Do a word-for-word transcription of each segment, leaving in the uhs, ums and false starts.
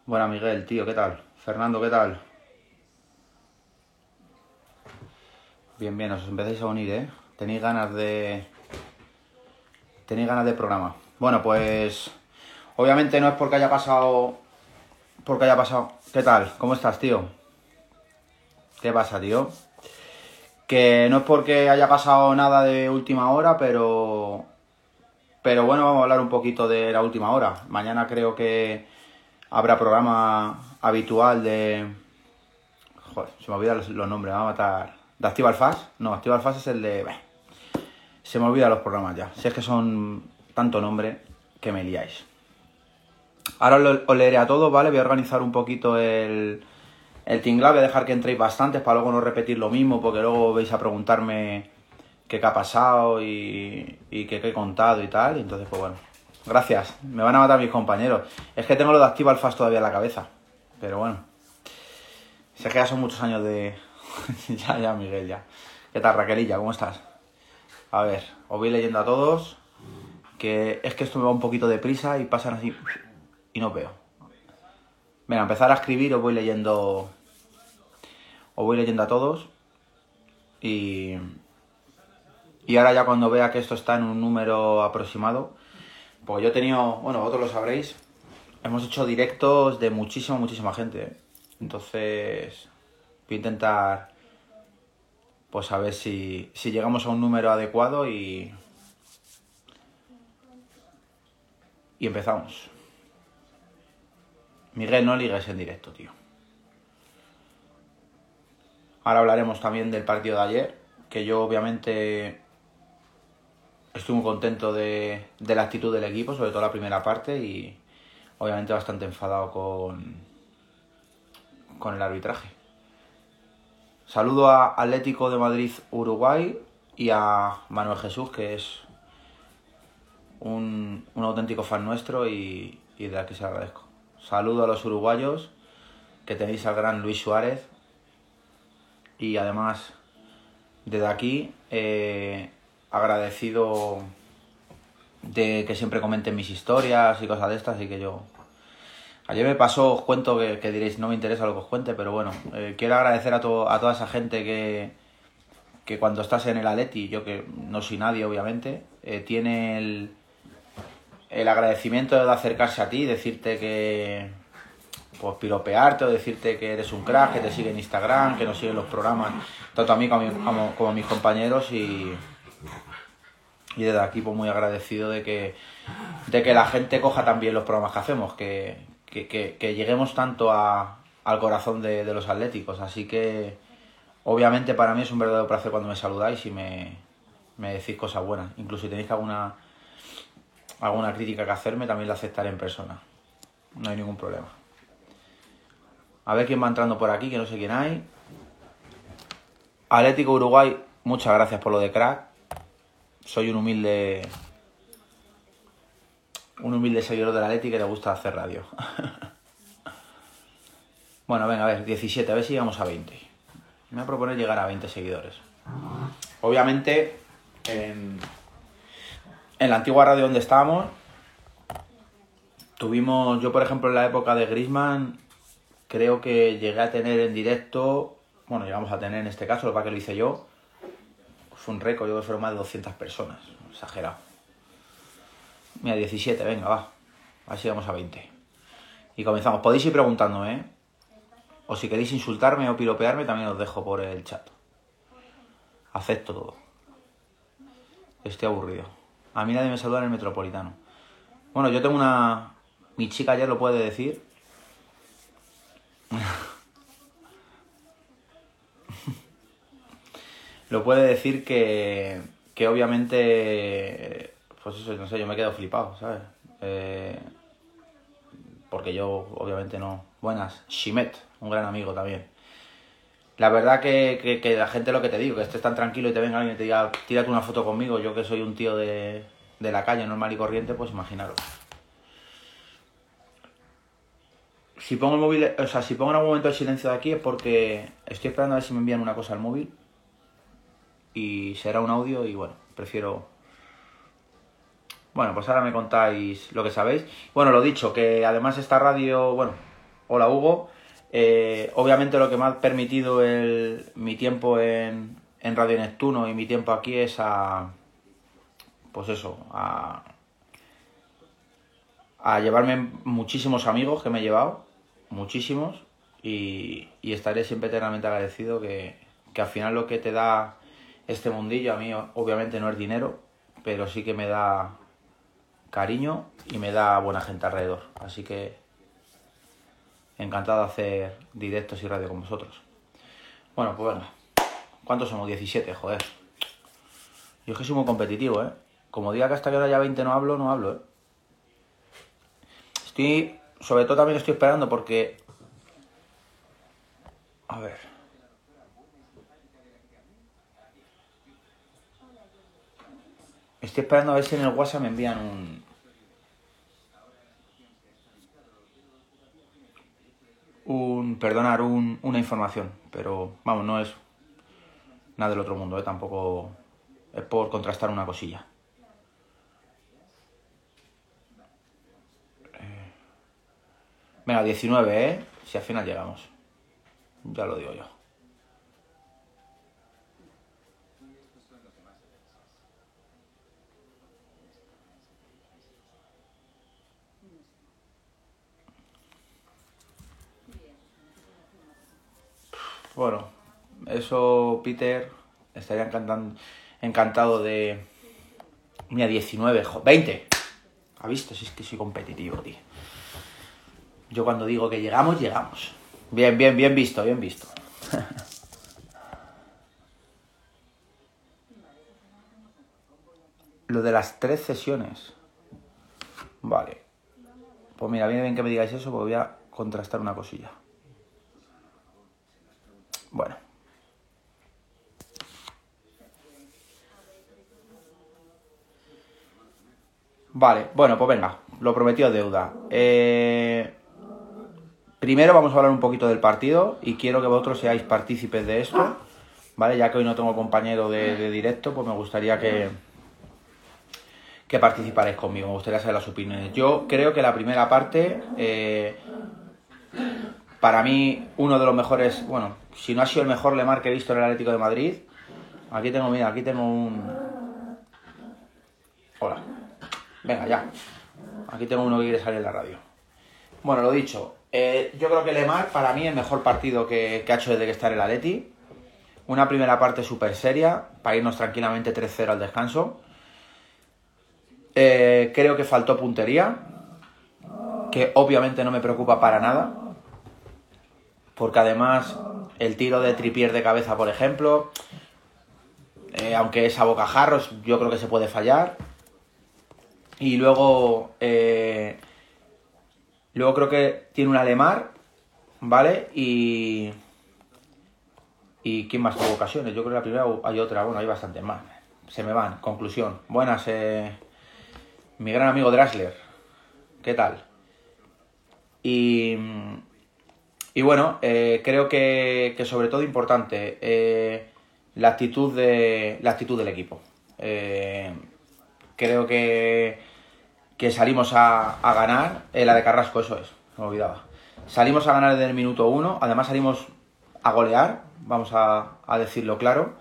Buena, Miguel, tío, ¿qué tal? Fernando, ¿qué tal? Bien, bien, os empezáis a unir, ¿eh? Tenéis ganas de... Tenéis ganas de programa. Bueno, pues... Obviamente no es porque haya pasado... Porque haya pasado... ¿Qué tal? ¿Cómo estás, tío? ¿Qué pasa, tío? Que no es porque haya pasado nada de última hora, pero... Pero bueno, vamos a hablar un poquito de la última hora. Mañana creo que habrá programa habitual de... Joder, se me olvidan los, los nombres, me va a matar... ¿De Activa Fast? No, Activa Fast es el de... Bah, se me olvidan los programas ya. Si es que son tanto nombre que me liáis. Ahora os, os leeré a todos, ¿vale? Voy a organizar un poquito el, el tinglado. Voy a dejar que entréis bastantes para luego no repetir lo mismo, porque luego vais a preguntarme qué, qué ha pasado y, y qué, qué he contado y tal. Y entonces, pues bueno. Gracias. Me van a matar mis compañeros. Es que tengo lo de Activa Fast todavía en la cabeza. Pero bueno. Si es que ya son muchos años de... ya, ya, Miguel, ya. ¿Qué tal, Raquelilla? ¿Cómo estás? A ver, os voy leyendo a todos. Que es que esto me va un poquito de prisa y pasan así... Y no veo. Venga, empezar a escribir, os voy leyendo... Os voy leyendo a todos. Y... Y ahora ya cuando vea que esto está en un número aproximado... Porque yo he tenido... Bueno, vosotros lo sabréis. Hemos hecho directos de muchísima, muchísima gente, ¿eh? Entonces... Voy a intentar... Pues a ver si, si llegamos a un número adecuado y... Y empezamos. Miguel, no ligues en directo, tío. Ahora hablaremos también del partido de ayer, que yo obviamente estoy muy contento de, de la actitud del equipo, sobre todo la primera parte, y obviamente bastante enfadado con, con el arbitraje. Saludo a Atlético de Madrid Uruguay y a Manuel Jesús, que es un, un auténtico fan nuestro y, y de la que se agradezco. Saludo a los uruguayos, que tenéis al gran Luis Suárez. Y además, desde aquí, eh, agradecido de que siempre comenten mis historias y cosas de estas. Y que yo... Ayer me pasó, os cuento que, que diréis, no me interesa lo que os cuente, pero bueno, eh, quiero agradecer a, to, a toda esa gente que, que cuando estás en el Atleti, yo que no soy nadie obviamente, eh, tiene el, el agradecimiento de acercarse a ti, decirte que... pues piropearte o decirte que eres un crack, que te sigue en Instagram, que nos siguen los programas, tanto a mí como a, mi, como, como a mis compañeros y, y desde aquí pues muy agradecido de que, de que la gente coja también los programas que hacemos, que, que, que, que lleguemos tanto a, al corazón de, de los atléticos, así que obviamente para mí es un verdadero placer cuando me saludáis y me, me decís cosas buenas, incluso si tenéis alguna, alguna crítica que hacerme también la aceptaré en persona, no hay ningún problema. A ver quién va entrando por aquí, que no sé quién hay. Atlético Uruguay, muchas gracias por lo de crack. Soy un humilde... Un humilde seguidor del Atlético que le gusta hacer radio. Bueno, venga, a ver, diecisiete, a ver si llegamos a veinte. Me voy a proponer llegar a veinte seguidores. Obviamente, en, en la antigua radio donde estábamos, tuvimos... Yo, por ejemplo, en la época de Griezmann... Creo que llegué a tener en directo, bueno, llegamos a tener en este caso, lo que lo hice yo, fue un récord, yo creo que fueron más de doscientas personas, exagerado. Mira, diecisiete, venga, va, a ver si llegamos a veinte. Y comenzamos, podéis ir preguntándome, ¿eh? O si queréis insultarme o piropearme, también os dejo por el chat. Acepto todo. Estoy aburrido. A mí nadie me saluda en el Metropolitano. Bueno, yo tengo una... Mi chica ayer lo puede decir... Lo puede decir que, que obviamente, pues eso, no sé, yo me quedo flipado, ¿sabes? Eh, porque yo, obviamente, no... Buenas, Shimet, un gran amigo también. La verdad que, que, que la gente, lo que te digo, que estés tan tranquilo y te venga alguien y te diga, tírate una foto conmigo, yo que soy un tío de, de la calle, normal y corriente, pues imaginaros. Si pongo el móvil, o sea, si pongo en algún momento el silencio de aquí es porque estoy esperando a ver si me envían una cosa al móvil. Y será un audio y bueno, prefiero... Bueno, pues ahora me contáis lo que sabéis. Bueno, lo dicho, que además esta radio, bueno, Hola Hugo. Eh, obviamente lo que me ha permitido el, mi tiempo en, en Radio Neptuno y mi tiempo aquí es a... Pues eso, a... a llevarme muchísimos amigos que me he llevado, muchísimos, y, y estaré siempre eternamente agradecido que, que al final lo que te da este mundillo, a mí obviamente no es dinero, pero sí que me da cariño y me da buena gente alrededor. Así que encantado de hacer directos y radio con vosotros. Bueno, pues venga. ¿Cuántos somos? diecisiete, joder. Yo es que soy muy competitivo, ¿eh? Como diga que hasta que ahora ya veinte no hablo, no hablo, ¿eh? Estoy... Sobre todo también estoy esperando porque... A ver... Estoy esperando a ver si en el WhatsApp me envían un... Un... Perdonar, un, una información. Pero, vamos, no es nada del otro mundo, ¿eh? Tampoco... Es por contrastar una cosilla. Eh... Venga, diecinueve, ¿eh? Si al final llegamos. Ya lo digo yo. Bueno, eso, Peter, estaría encantando, encantado de... Mira, diecinueve, veinte. ¿Ha visto? Si es que soy competitivo, tío. Yo cuando digo que llegamos, llegamos. Bien, bien, bien visto, bien visto. Lo de las tres sesiones. Vale. Pues mira, viene bien que me digáis eso, porque voy a contrastar una cosilla. Bueno. Vale, bueno, pues venga. Lo prometido es deuda. Eh... Primero vamos a hablar un poquito del partido y quiero que vosotros seáis partícipes de esto, ¿vale? Ya que hoy no tengo compañero de, de directo, pues me gustaría que, que participarais conmigo, me gustaría saber las opiniones. Yo creo que la primera parte, eh, para mí, uno de los mejores, bueno, si no ha sido el mejor Lemar que he visto en el Atlético de Madrid. Aquí tengo, mira, aquí tengo un... Hola. Venga, ya. Aquí tengo uno que quiere salir en la radio. Bueno, lo dicho, eh, yo creo que Lemar, para mí, es el mejor partido que, que ha hecho desde que está en el Atleti. Una primera parte súper seria, para irnos tranquilamente tres cero al descanso. Eh, creo que faltó puntería, que obviamente no me preocupa para nada, porque además el tiro de Trippier de cabeza, por ejemplo, eh, aunque es a bocajarros, yo creo que se puede fallar. Y luego... Eh, Luego creo que tiene una Lemar, ¿vale? Y... ¿Y quién más tuvo ocasiones? Yo creo que la primera hay otra, bueno, hay bastantes más. Se me van. Conclusión. Buenas, eh... mi gran amigo Drasler. ¿Qué tal? Y... Y bueno, eh, creo que, que sobre todo importante, eh, la actitud de la actitud del equipo. Eh, creo que... que salimos a, a ganar, eh, la de Carrasco, eso es, me olvidaba. Salimos a ganar desde el minuto uno, además salimos a golear, vamos a, a decirlo claro.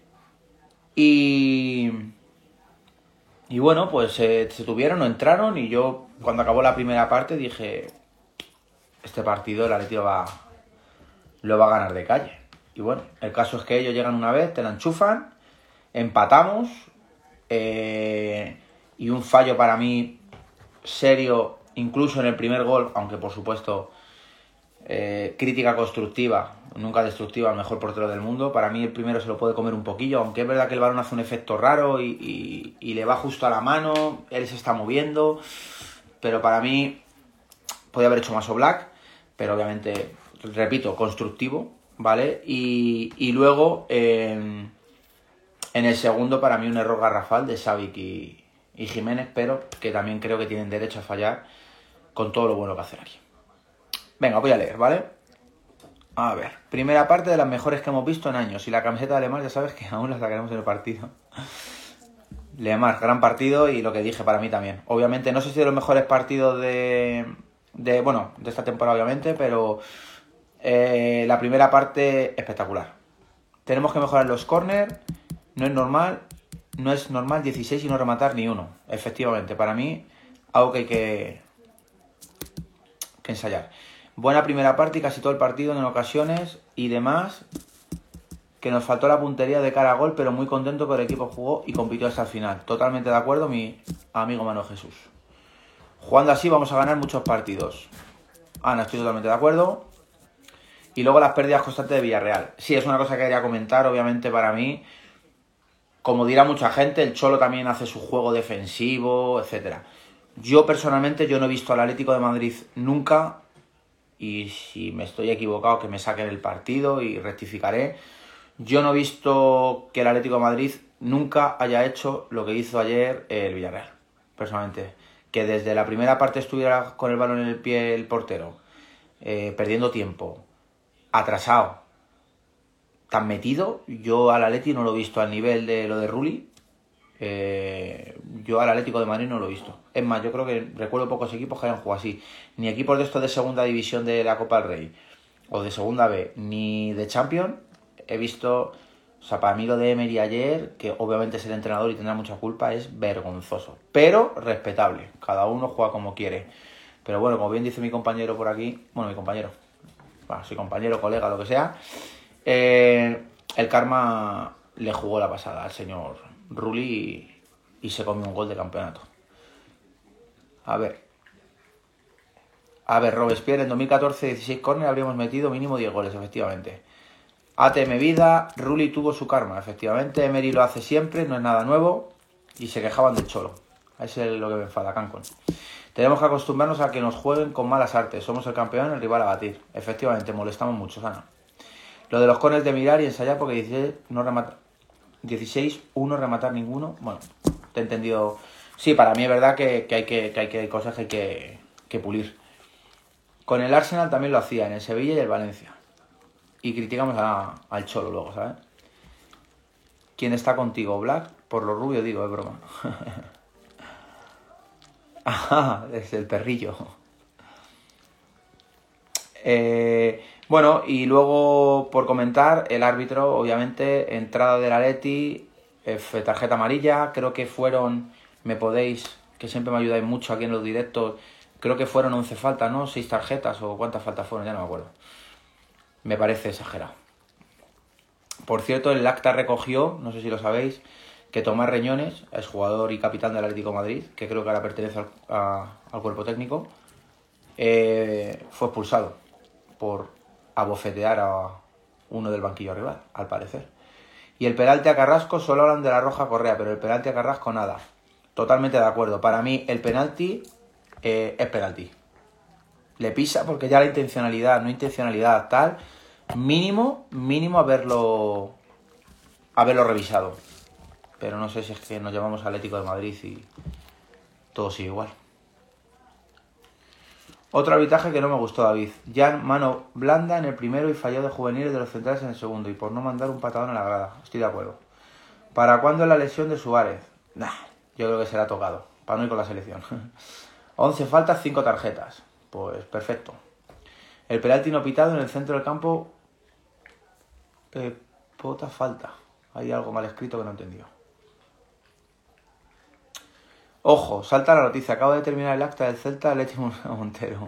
Y, y bueno, pues eh, se tuvieron, no entraron, y yo cuando acabó la primera parte dije, este partido el Atlético va, lo va a ganar de calle. Y bueno, el caso es que ellos llegan una vez, te la enchufan, empatamos, eh, y un fallo para mí serio, incluso en el primer gol, aunque por supuesto eh, crítica constructiva, nunca destructiva, al mejor portero del mundo. Para mí el primero se lo puede comer un poquillo, aunque es verdad que el balón hace un efecto raro y, y, y le va justo a la mano, él se está moviendo, pero para mí podía haber hecho más Oblak, pero obviamente, repito, constructivo, ¿vale? Y, y luego eh, en el segundo para mí un error garrafal de Savic y y Jiménez, pero que también creo que tienen derecho a fallar con todo lo bueno que hacen aquí. Venga, voy a leer, ¿vale? A ver, primera parte de las mejores que hemos visto en años. Y la camiseta de Lemar, ya sabes que aún la sacaremos en el partido. Lemar, gran partido, y lo que dije para mí también. Obviamente, no sé si de los mejores partidos de, de, bueno, de esta temporada obviamente, pero eh, la primera parte espectacular. Tenemos que mejorar los corners, no es normal, no es normal dieciséis y no rematar ni uno. Efectivamente, para mí, algo que hay que, que ensayar. Buena primera parte y casi todo el partido en ocasiones y demás, que nos faltó la puntería de cara a gol, pero muy contento que el equipo jugó y compitió hasta el final. Totalmente de acuerdo, mi amigo Manuel Jesús. Jugando así vamos a ganar muchos partidos. Ana, estoy totalmente de acuerdo. Y luego las pérdidas constantes de Villarreal. Sí, es una cosa que quería comentar, obviamente para mí. Como dirá mucha gente, el Cholo también hace su juego defensivo, etcétera. Yo personalmente, yo no he visto al Atlético de Madrid nunca, y si me estoy equivocado que me saquen el partido y rectificaré. Yo no he visto que el Atlético de Madrid nunca haya hecho lo que hizo ayer el Villarreal, personalmente. Que desde la primera parte estuviera con el balón en el pie el portero, eh, perdiendo tiempo, atrasado, tan metido. Yo al Atleti no lo he visto al nivel de lo de Rulli. Eh, yo al Atlético de Madrid no lo he visto. Es más, yo creo que recuerdo pocos equipos que hayan jugado así. Ni equipos de estos de segunda división de la Copa del Rey, o de segunda B, ni de Champions. He visto, o sea, para mí lo de Emery ayer, que obviamente es el entrenador y tendrá mucha culpa, es vergonzoso. Pero respetable. Cada uno juega como quiere. Pero bueno, como bien dice mi compañero por aquí, bueno, mi compañero, bueno, si compañero, colega, lo que sea, eh, el karma le jugó la pasada al señor Rulli y, y se comió un gol de campeonato. A ver. A ver, Robespierre, en dos mil catorce dieciséis córner habríamos metido mínimo diez goles, efectivamente. A T M Vida, Rulli tuvo su karma, efectivamente. Emery lo hace siempre, no es nada nuevo. Y se quejaban del Cholo. Eso es lo que me enfada, Cancon. Tenemos que acostumbrarnos a que nos jueguen con malas artes. Somos el campeón, el rival a batir. Efectivamente, molestamos mucho, Sana. Lo de los corners de mirar y ensayar porque dieciséis, no remata, dieciséis, uno rematar ninguno. Bueno, te he entendido. Sí, para mí es verdad que, que, hay, que, que hay que hay cosas que hay que, que pulir. Con el Arsenal también lo hacía, en el Sevilla y el Valencia. Y criticamos a, al Cholo luego, ¿sabes? ¿Quién está contigo, Black? Por lo rubio digo, es broma. Ajá, es el perrillo. Eh, bueno, y luego por comentar, el árbitro, obviamente, entrada del Atleti, F, tarjeta amarilla, creo que fueron, me podéis, que siempre me ayudáis mucho aquí en los directos, creo que fueron once faltas, ¿no? seis tarjetas o cuántas faltas fueron, ya no me acuerdo. Me parece exagerado. Por cierto, el acta recogió, no sé si lo sabéis, que Tomás Reñones, es jugador y capitán del Atlético de Madrid, que creo que ahora pertenece al, a, al cuerpo técnico, eh, fue expulsado por abofetear a uno del banquillo rival, al parecer. Y el penalti a Carrasco, solo hablan de la roja Correa, pero el penalti a Carrasco nada. Totalmente de acuerdo. Para mí el penalti eh, es penalti. Le pisa porque ya la intencionalidad, no intencionalidad, tal, mínimo, mínimo haberlo, haberlo revisado. Pero no sé si es que nos llamamos Atlético de Madrid y todo sigue igual. Otro arbitraje que no me gustó, David. Jan, mano blanda en el primero y falló de juveniles de los centrales en el segundo. Y por no mandar un patadón a la grada. Estoy de acuerdo. ¿Para cuándo es la lesión de Suárez? Nah, yo creo que será tocado. Para no ir con la selección. once faltas, cinco tarjetas. Pues perfecto. El penalti no pitado en el centro del campo. Eh, pota falta. Hay algo mal escrito que no he entendido. Ojo, salta la noticia. Acabo de terminar el acta del Celta de Leche Montero.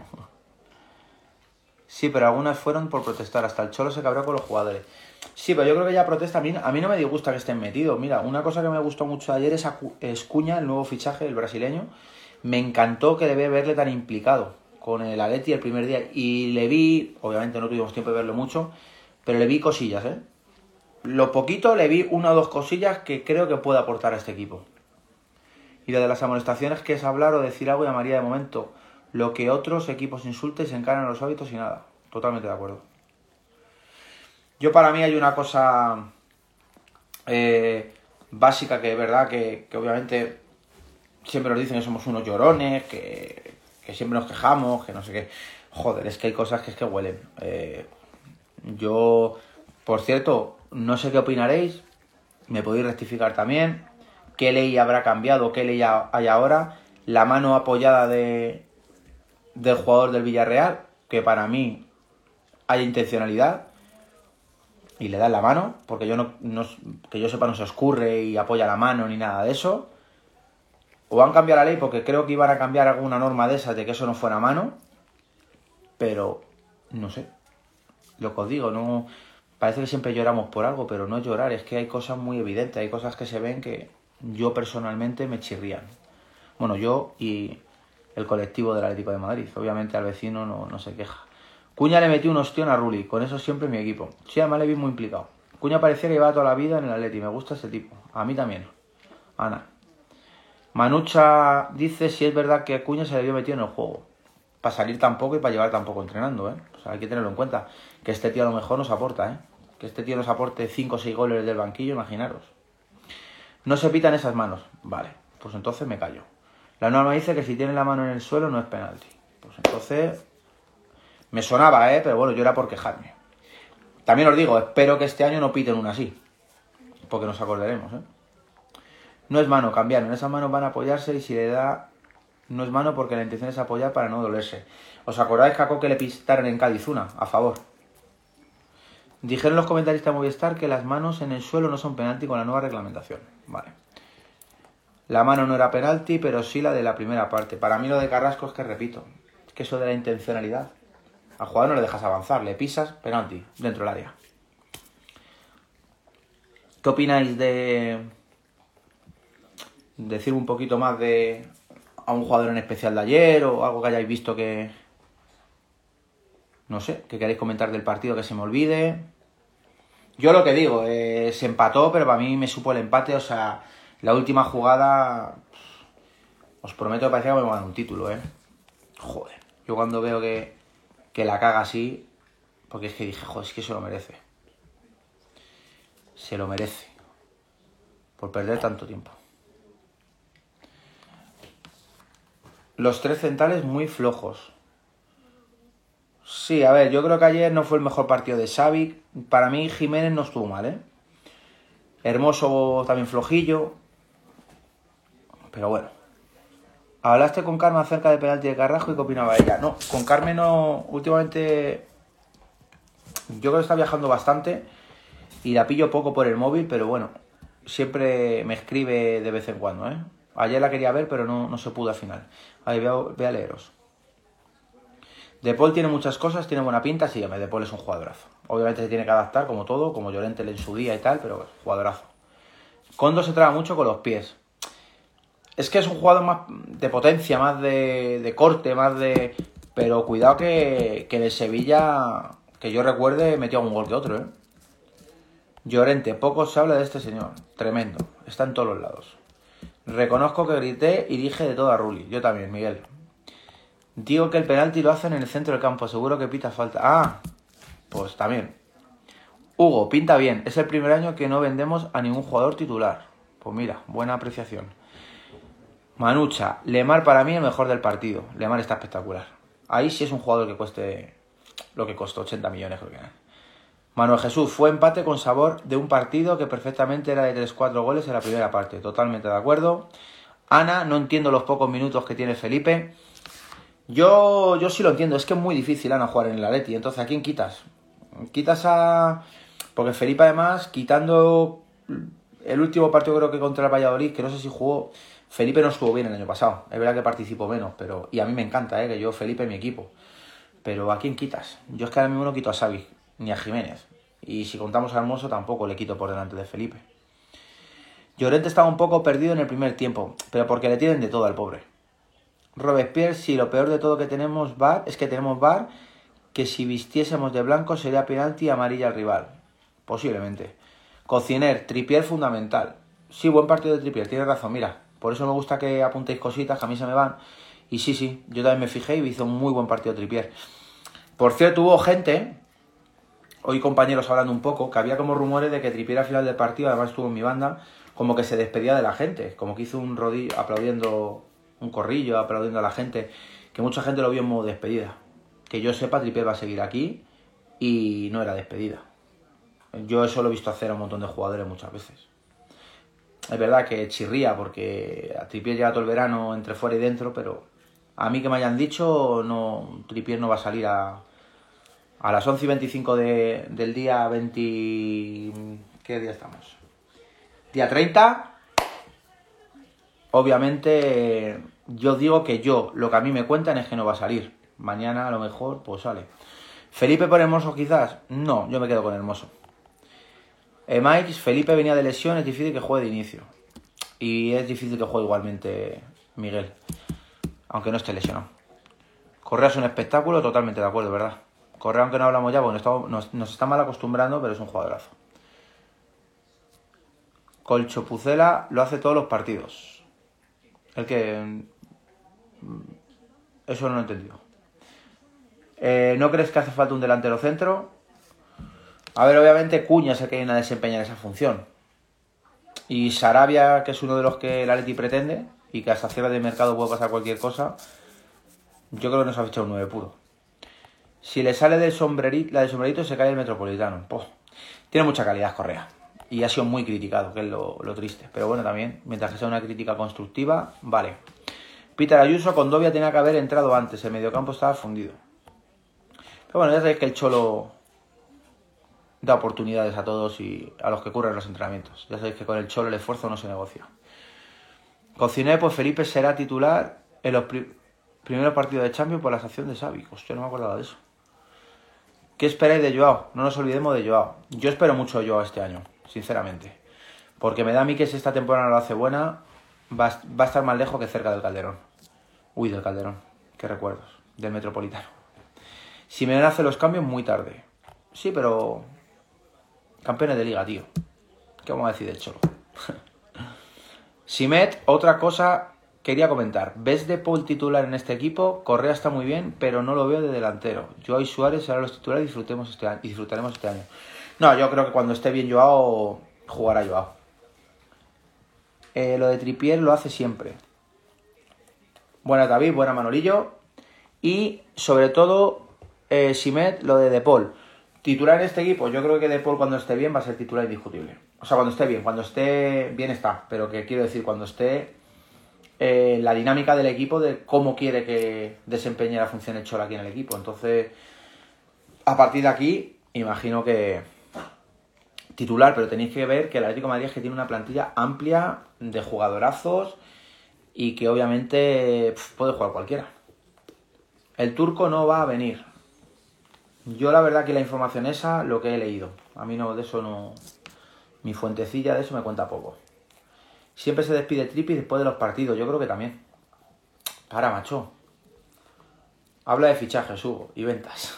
Sí, pero algunas fueron por protestar. Hasta el Cholo se cabreó con los jugadores. Sí, pero yo creo que ya protesta. A mí, a mí no me disgusta que estén metidos. Mira, una cosa que me gustó mucho ayer es, es Cuña, el nuevo fichaje, el brasileño. Me encantó que debe verle tan implicado con el Atleti el primer día. Y le vi, obviamente no tuvimos tiempo de verlo mucho, pero le vi cosillas, ¿eh? Lo poquito le vi una o dos cosillas que creo que puede aportar a este equipo. Y lo de las amonestaciones, que es hablar o decir algo, llamaría de momento lo que otros equipos insulten, se encaran los hábitos y nada. Totalmente de acuerdo. Yo, para mí, hay una cosa eh, básica que es verdad que, que obviamente siempre nos dicen que somos unos llorones, que, que siempre nos quejamos, que no sé qué. Joder, es que hay cosas que es que huelen. Eh, yo, por cierto, no sé qué opinaréis, me podéis rectificar también. ¿Qué ley habrá cambiado? ¿Qué ley hay ahora? La mano apoyada de, del jugador del Villarreal, que para mí hay intencionalidad, y le dan la mano, porque yo no, no que yo sepa no se escurre y apoya la mano ni nada de eso. O han cambiado la ley porque creo que iban a cambiar alguna norma de esas de que eso no fuera mano, pero no sé, lo que os digo, no parece que siempre lloramos por algo, pero no llorar, es que hay cosas muy evidentes, hay cosas que se ven que yo personalmente me chirrían. Bueno, yo y el colectivo del Atlético de Madrid, obviamente al vecino no, no se queja. Cuña le metió un ostión a Rulli, con eso siempre mi equipo. Sí, además le vi muy implicado. Cuña parecía que llevaba toda la vida en el Atleti, me gusta ese tipo. A mí también. Ana. Manucha dice si es verdad que Cuña se le había metido en el juego. Para salir tampoco y para llevar tampoco entrenando, ¿eh? O sea, hay que tenerlo en cuenta. Que este tío a lo mejor nos aporta, ¿eh? Que este tío nos aporte cinco o seis goles del banquillo, imaginaros. No se pitan esas manos. Vale, pues entonces me callo. La norma dice que si tiene la mano en el suelo no es penalti. Pues entonces... Me sonaba, ¿eh? Pero bueno, yo era por quejarme. También os digo, espero que este año no piten una así. Porque nos acordaremos, ¿eh? No es mano, cambiaron. Esas manos van a apoyarse y si le da... No es mano porque la intención es apoyar para no dolerse. ¿Os acordáis que a Coque le pistaron en Cádiz una? A favor. Dijeron los comentaristas de Movistar que las manos en el suelo no son penalti con la nueva reglamentación. Vale. La mano no era penalti, pero sí la de la primera parte. Para mí lo de Carrasco es que, repito, es que eso de la intencionalidad... Al jugador no le dejas avanzar, le pisas, penalti, dentro del área. ¿Qué opináis de decir un poquito más de a un jugador en especial de ayer o algo que hayáis visto que... No sé, que queréis comentar del partido que se me olvide? Yo lo que digo, eh, se empató, pero para mí me supo el empate, o sea, la última jugada... Os prometo que parecía que me van a dar un título, ¿eh? Joder, yo cuando veo que... que la caga así, porque es que dije, joder, es que se lo merece. Se lo merece. Por perder tanto tiempo. Los tres centrales muy flojos. Sí, a ver, yo creo que ayer no fue el mejor partido de Xavi. Para mí Jiménez no estuvo mal, ¿eh? Hermoso también flojillo. Pero bueno. ¿Hablaste con Carmen acerca del penalti de Carrasco y qué opinaba ella? No, con Carmen no... Últimamente... Yo creo que está viajando bastante y la pillo poco por el móvil, pero bueno, siempre me escribe de vez en cuando, ¿eh? Ayer la quería ver, pero no, no se pudo al final. Ahí voy a, voy a leeros. De Paul tiene muchas cosas, tiene buena pinta, sí, De Paul es un jugadorazo. Obviamente se tiene que adaptar, como todo, como Llorente en su día y tal, pero es jugadorazo. Kondo se traba mucho con los pies. Es que es un jugador más de potencia, más de, de corte, más de... Pero cuidado que, que de Sevilla, que yo recuerde, metió un gol que otro, ¿eh? Llorente, poco se habla de este señor. Tremendo. Está en todos los lados. Reconozco que grité y dije de todo a Rulli. Yo también, Miguel. Digo que el penalti lo hacen en el centro del campo. Seguro que pita falta. Ah, pues también. Hugo, pinta bien. Es el primer año que no vendemos a ningún jugador titular. Pues mira, buena apreciación. Manucha, Lemar para mí el mejor del partido. Lemar está espectacular. Ahí sí es un jugador que cueste lo que costó, ochenta millones creo que era. Manuel Jesús, fue empate con sabor de un partido que perfectamente era de tres cuatro goles en la primera parte. Totalmente de acuerdo. Ana, no entiendo los pocos minutos que tiene Felipe. Yo, yo sí lo entiendo, es que es muy difícil, Ana, jugar en el Atleti. Entonces, ¿a quién quitas? Quitas a... Porque Felipe además, quitando el último partido creo que contra el Valladolid, que no sé si jugó... Felipe no estuvo bien el año pasado. Es verdad que participó menos, pero... Y a mí me encanta, ¿eh? Que yo, Felipe, es mi equipo. Pero ¿a quién quitas? Yo es que ahora mismo no quito a Xavi, ni a Jiménez. Y si contamos a Hermoso, tampoco le quito por delante de Felipe. Llorente estaba un poco perdido en el primer tiempo, pero porque le tienen de todo al pobre. Robespierre, sí, lo peor de todo que tenemos V A R es que tenemos V A R que si vistiésemos de blanco sería penalti y amarilla al rival. Posiblemente. Cociner, Trippier fundamental. Sí, buen partido de Trippier, tienes razón, mira. Por eso me gusta que apuntéis cositas, que a mí se me van. Y sí, sí, yo también me fijé y hizo un muy buen partido Trippier. Por cierto, hubo gente, hoy compañeros hablando un poco, que había como rumores de que Trippier al final del partido, además estuvo en mi banda, como que se despedía de la gente, como que hizo un rodillo aplaudiendo, un corrillo aplaudiendo a la gente, que mucha gente lo vio en modo despedida. Que yo sepa, Trippier va a seguir aquí y no era despedida. Yo eso lo he visto hacer a un montón de jugadores muchas veces. Es verdad que chirría porque a Trippier lleva todo el verano entre fuera y dentro, pero A mí que me hayan dicho, no, Trippier no va a salir a, a las once y veinticinco de, del día veinte... ¿Qué día estamos? Día treinta. Obviamente, yo digo que yo, lo que a mí me cuentan es que no va a salir. Mañana a lo mejor, pues sale. ¿Felipe por Hermoso quizás? No, yo me quedo con Hermoso. Eh, Mike, Felipe venía de lesión, es difícil que juegue de inicio. Y es difícil que juegue igualmente Miguel, aunque no esté lesionado. Correa es un espectáculo, totalmente de acuerdo, ¿verdad? Correa, aunque no hablamos ya, bueno, estamos, nos, nos está mal acostumbrando, pero es un jugadorazo. Colcho Pucela lo hace todos los partidos. El que... Eso no lo he entendido. Eh, ¿No crees que hace falta un delantero centro? A ver, obviamente Cuña es el que viene a desempeñar esa función. Y Sarabia, que es uno de los que el Atleti pretende, y que hasta cierre de mercado puede pasar cualquier cosa, yo creo que nos ha fichado un nueve puro. Si le sale del sombrerito, la del sombrerito se cae el Metropolitano. Poh. Tiene mucha calidad Correa. Y ha sido muy criticado, que es lo, lo triste. Pero bueno, también, mientras que sea una crítica constructiva, vale. Peter Ayuso, Condovia tenía que haber entrado antes. El mediocampo estaba fundido. Pero bueno, ya sabéis que el Cholo da oportunidades a todos y a los que curran los entrenamientos. Ya sabéis que con el Cholo el esfuerzo no se negocia. Cociné, pues Felipe será titular en los pri primeros partidos de Champions por la sanción de Xavi. Hostia, no me acordaba de eso. ¿Qué esperáis de Joao? No nos olvidemos de Joao. Yo espero mucho de Joao este año, sinceramente. Porque me da a mí que si esta temporada no lo hace buena, va a, va a estar más lejos que cerca del Calderón. Uy, del Calderón. Qué recuerdos. Del Metropolitano. Simeone hace los cambios muy tarde. Sí, pero... Campeones de liga, tío. ¿Qué vamos a decir del Cholo? Simet, otra cosa quería comentar. ¿Ves de Paul titular en este equipo? Correa está muy bien, pero no lo veo de delantero. Joao y Suárez serán los titulares y disfrutemos este año, y disfrutaremos este año. No, yo creo que cuando esté bien Joao, jugará Joao. Eh, lo de Trippier lo hace siempre. Buena David, buena Manolillo. Y sobre todo, eh, Simet, lo de De Paul. Titular en este equipo, yo creo que De Paul cuando esté bien va a ser titular indiscutible. O sea, cuando esté bien, cuando esté bien está. Pero que quiero decir, cuando esté eh, la dinámica del equipo de cómo quiere que desempeñe la función el Cholo aquí en el equipo. Entonces, a partir de aquí, imagino que titular, pero tenéis que ver que el Atlético de Madrid es que tiene una plantilla amplia de jugadorazos y que obviamente pff, puede jugar cualquiera. El turco no va a venir. Yo la verdad que la información esa, lo que he leído. A mí no, de eso no... Mi fuentecilla de eso me cuenta poco. Siempre se despide Trippier después de los partidos. Yo creo que también. Para, macho. Habla de fichajes, Hugo, y ventas.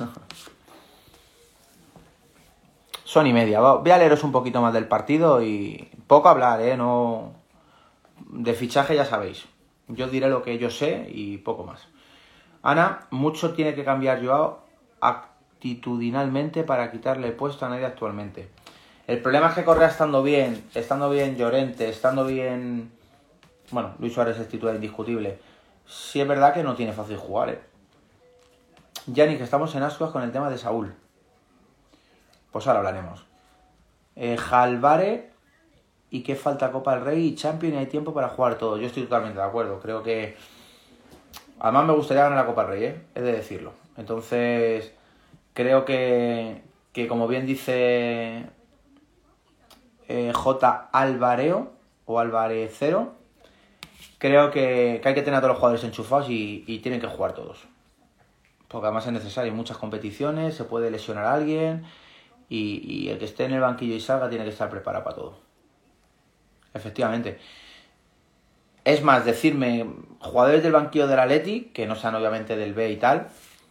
Son y media. Voy a leeros un poquito más del partido y... Poco hablar, ¿eh? No... De fichaje ya sabéis. Yo diré lo que yo sé y poco más. Ana, mucho tiene que cambiar Joao actitudinalmente para quitarle el puesto a nadie actualmente. El problema es que Correa estando bien, estando bien Llorente, estando bien... Bueno, Luis Suárez es titular indiscutible. Sí es verdad que no tiene fácil jugar, ¿eh? Yannick, estamos en ascuas con el tema de Saúl. Pues ahora hablaremos. Eh, Jalvare y que falta Copa del Rey y Champions y hay tiempo para jugar todo. Yo estoy totalmente de acuerdo. Creo que... Además me gustaría ganar la Copa del Rey, ¿eh? He de decirlo. Entonces, creo que, que como bien dice eh, J. Alvareo o Alvarecero, creo que, que hay que tener a todos los jugadores enchufados y, y tienen que jugar todos. Porque además es necesario. En muchas competiciones se puede lesionar a alguien y, y el que esté en el banquillo y salga tiene que estar preparado para todo. Efectivamente. Es más, decirme jugadores del banquillo del Atleti, que no sean obviamente del B y tal,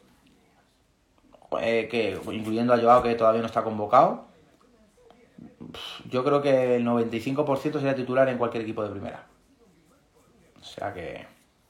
eh, que incluyendo a Joao, que todavía no está convocado, yo creo que el noventa y cinco por ciento sería titular en cualquier equipo de primera. O sea que...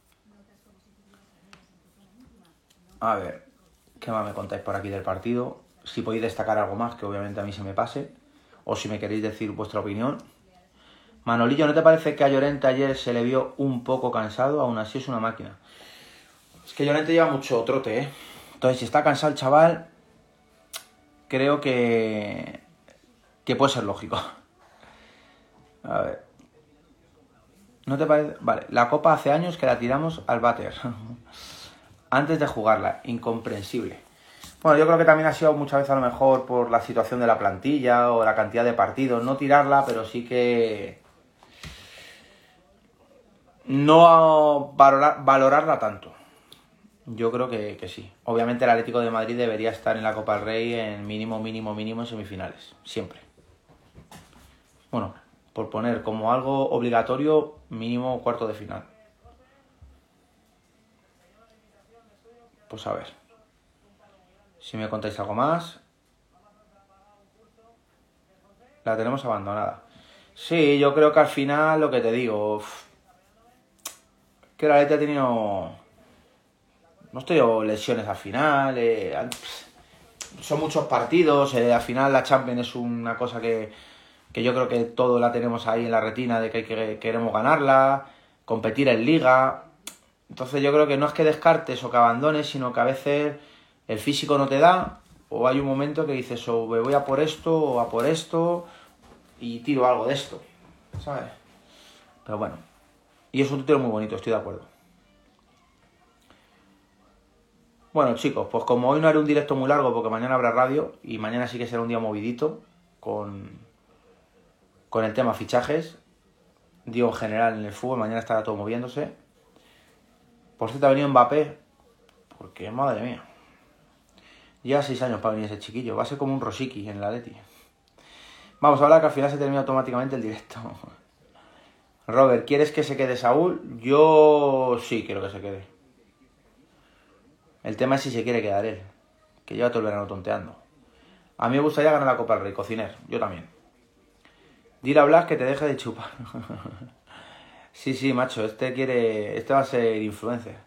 A ver, ¿qué más me contáis por aquí del partido? Si podéis destacar algo más, que obviamente a mí se me pase, o si me queréis decir vuestra opinión. Manolillo, ¿no te parece que a Llorente ayer se le vio un poco cansado? Aún así es una máquina. Es que Llorente lleva mucho trote, ¿eh? Entonces, si está cansado el chaval, creo que... que puede ser lógico. A ver. ¿No te parece? Vale, la copa hace años que la tiramos al váter. Antes de jugarla. Incomprensible. Bueno, yo creo que también ha sido muchas veces a lo mejor por la situación de la plantilla o la cantidad de partidos. No tirarla, pero sí que... no valorar, valorarla tanto. Yo creo que, que sí. Obviamente el Atlético de Madrid debería estar en la Copa del Rey en mínimo, mínimo, mínimo en semifinales. Siempre. Bueno, por poner como algo obligatorio, mínimo cuarto de final. Pues a ver. Si me contáis algo más. La tenemos abandonada. Sí, yo creo que al final lo que te digo... Uff, que la Atleti ha tenido... No estoy lesiones al final. Eh, son muchos partidos. Eh, al final la Champions es una cosa que, que yo creo que todos la tenemos ahí en la retina de que, hay que queremos ganarla. Competir en Liga. Entonces yo creo que no es que descartes o que abandones, sino que a veces el físico no te da, o hay un momento que dices, o me voy a por esto, o a por esto, y tiro algo de esto, ¿sabes? Pero bueno, y es un título muy bonito, estoy de acuerdo. Bueno, chicos, pues como hoy no haré un directo muy largo, porque mañana habrá radio, y mañana sí que será un día movidito, con, con el tema fichajes, digo en general en el fútbol, mañana estará todo moviéndose. Por cierto, ha venido Mbappé, porque madre mía, lleva seis años para venir ese chiquillo, va a ser como un Rosicky en el Atleti. Vamos a hablar que al final se termina automáticamente el directo. Robert, ¿quieres que se quede Saúl? Yo sí quiero que se quede. El tema es si se quiere quedar él, que lleva todo el verano tonteando. A mí me gustaría ganar la Copa del Rey, Cociner, yo también. Dile a Blas que te deje de chupar. Sí, sí, macho, este quiere... Este va a ser influencer.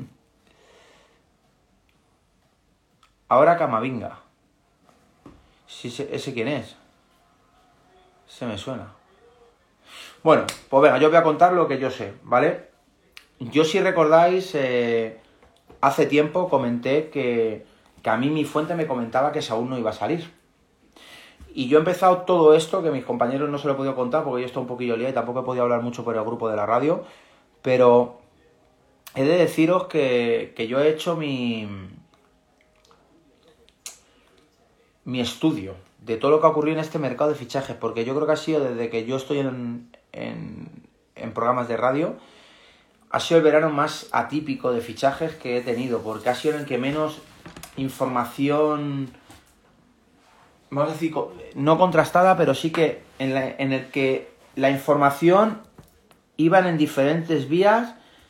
Ahora Camavinga. Sí, ¿ese quién es? Se me suena. Bueno, pues venga, yo voy a contar lo que yo sé, ¿vale? Yo, si recordáis, eh, hace tiempo comenté que, que a mí mi fuente me comentaba que Saúl no iba a salir. Y yo he empezado todo esto, que mis compañeros no se lo he podido contar porque yo estoy un poquillo liado y tampoco he podido hablar mucho por el grupo de la radio, pero he de deciros que, que yo he hecho mi, mi estudio de todo lo que ha ocurrido en este mercado de fichajes, porque yo creo que ha sido desde que yo estoy en, en, en programas de radio, ha sido el verano más atípico de fichajes que he tenido, porque ha sido en el que menos información... vamos a decir, no contrastada, pero sí que en, la, en el que la información iban en diferentes vías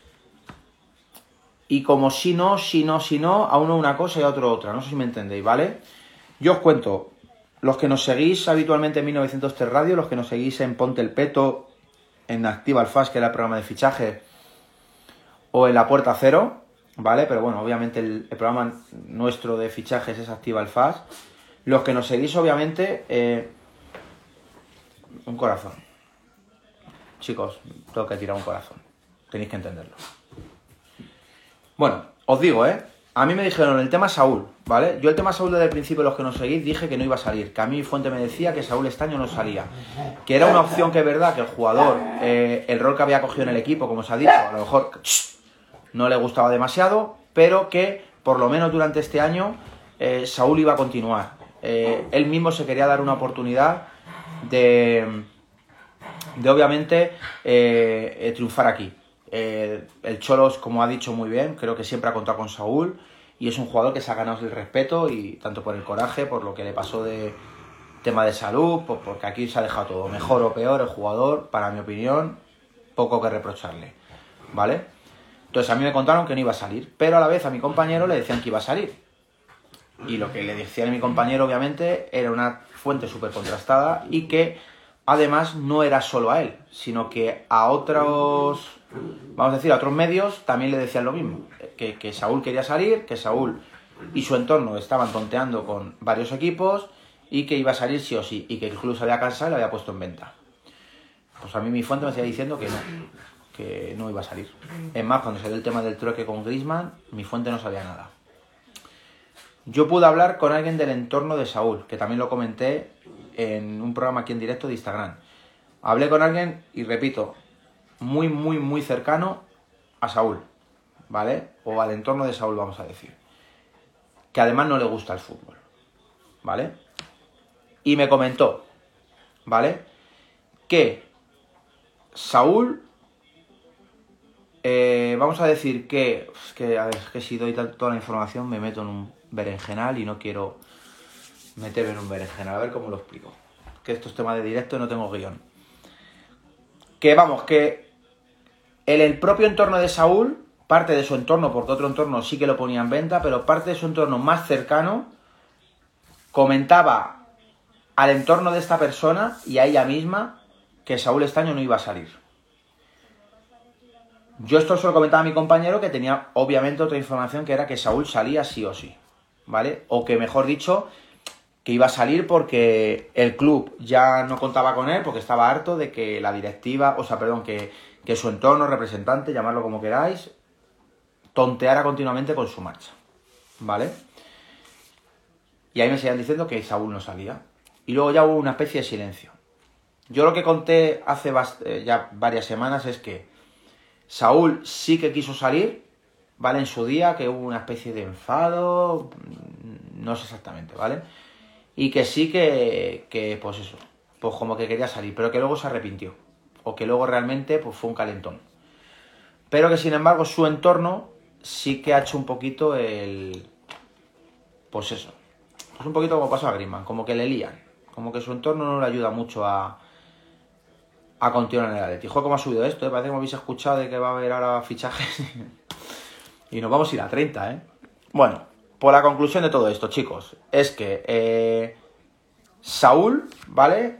y como si no, si no, si no, a uno una cosa y a otro otra. No sé si me entendéis, ¿vale? Yo os cuento, los que nos seguís habitualmente en mil novecientos tres Radio, los que nos seguís en Ponte el Peto, en Activa el Fast, que era el programa de fichaje, o en La Puerta Cero, ¿vale? Pero bueno, obviamente el, el programa nuestro de fichajes es Activa el Fast. Los que nos seguís, obviamente, eh, un corazón. Chicos, tengo que tirar un corazón. Tenéis que entenderlo. Bueno, os digo, ¿eh? A mí me dijeron el tema Saúl, ¿vale? Yo el tema Saúl desde el principio, los que nos seguís, dije que no iba a salir. Que a mí mi fuente me decía que Saúl este año no salía. Que era una opción que es verdad, que el jugador, eh, el rol que había cogido en el equipo, como os ha dicho, a lo mejor no le gustaba demasiado, pero que por lo menos durante este año eh, Saúl iba a continuar. Eh, él mismo se quería dar una oportunidad de, de obviamente, eh, triunfar aquí. Eh, el Cholos, como ha dicho muy bien, creo que siempre ha contado con Saúl y es un jugador que se ha ganado el respeto, y tanto por el coraje, por lo que le pasó de tema de salud, pues porque aquí se ha dejado todo, mejor o peor el jugador, para mi opinión, poco que reprocharle, ¿vale? Entonces a mí me contaron que no iba a salir, pero a la vez a mi compañero le decían que iba a salir. Y lo que le decía a mi compañero, obviamente, era una fuente súper contrastada y que, además, no era solo a él, sino que a otros, vamos a decir, a otros medios también le decían lo mismo. Que, que Saúl quería salir, que Saúl y su entorno estaban tonteando con varios equipos y que iba a salir sí o sí, y que el club se había cansado y lo había puesto en venta. Pues a mí mi fuente me seguía diciendo que no, que no iba a salir. Es más, cuando salió el tema del trueque con Griezmann, mi fuente no sabía nada. Yo pude hablar con alguien del entorno de Saúl, que también lo comenté en un programa aquí en directo de Instagram. Hablé con alguien y repito, muy, muy, muy cercano a Saúl, ¿vale? O al entorno de Saúl, vamos a decir. Que además no le gusta el fútbol, ¿vale? Y me comentó, ¿vale? Que Saúl, eh, vamos a decir que, es que, a ver, es que si doy toda la información me meto en un berenjenal y no quiero meterme en un berenjenal. A ver cómo lo explico. Que esto es tema de directo y no tengo guión. Que vamos, que en el propio entorno de Saúl, parte de su entorno, porque otro entorno sí que lo ponía en venta, pero parte de su entorno más cercano comentaba al entorno de esta persona y a ella misma que Saúl este año no iba a salir. Yo esto se lo comentaba a mi compañero, que tenía obviamente otra información, que era que Saúl salía sí o sí, ¿vale? O que, mejor dicho, que iba a salir porque el club ya no contaba con él, porque estaba harto de que la directiva, o sea, perdón, que, que su entorno, representante, llamarlo como queráis, tonteara continuamente con su marcha, ¿vale? Y ahí me seguían diciendo que Saúl no salía. Y luego ya hubo una especie de silencio. Yo lo que conté hace ya varias semanas es que Saúl sí que quiso salir, ¿vale? En su día, que hubo una especie de enfado, no sé exactamente, ¿vale? Y que sí que, que, pues eso, pues como que quería salir, pero que luego se arrepintió. O que luego realmente pues fue un calentón. Pero que sin embargo su entorno sí que ha hecho un poquito el... Pues eso. Pues un poquito como pasó a Griezmann, como que le lían. Como que su entorno no le ayuda mucho a... a continuar en el Atleti. Joder, ¿cómo ha subido esto? ¿eh? Parece que me habéis escuchado de que va a haber ahora fichajes. Y nos vamos a ir a treinta, ¿eh? Bueno, pues la conclusión de todo esto, chicos, es que eh, Saúl, ¿vale?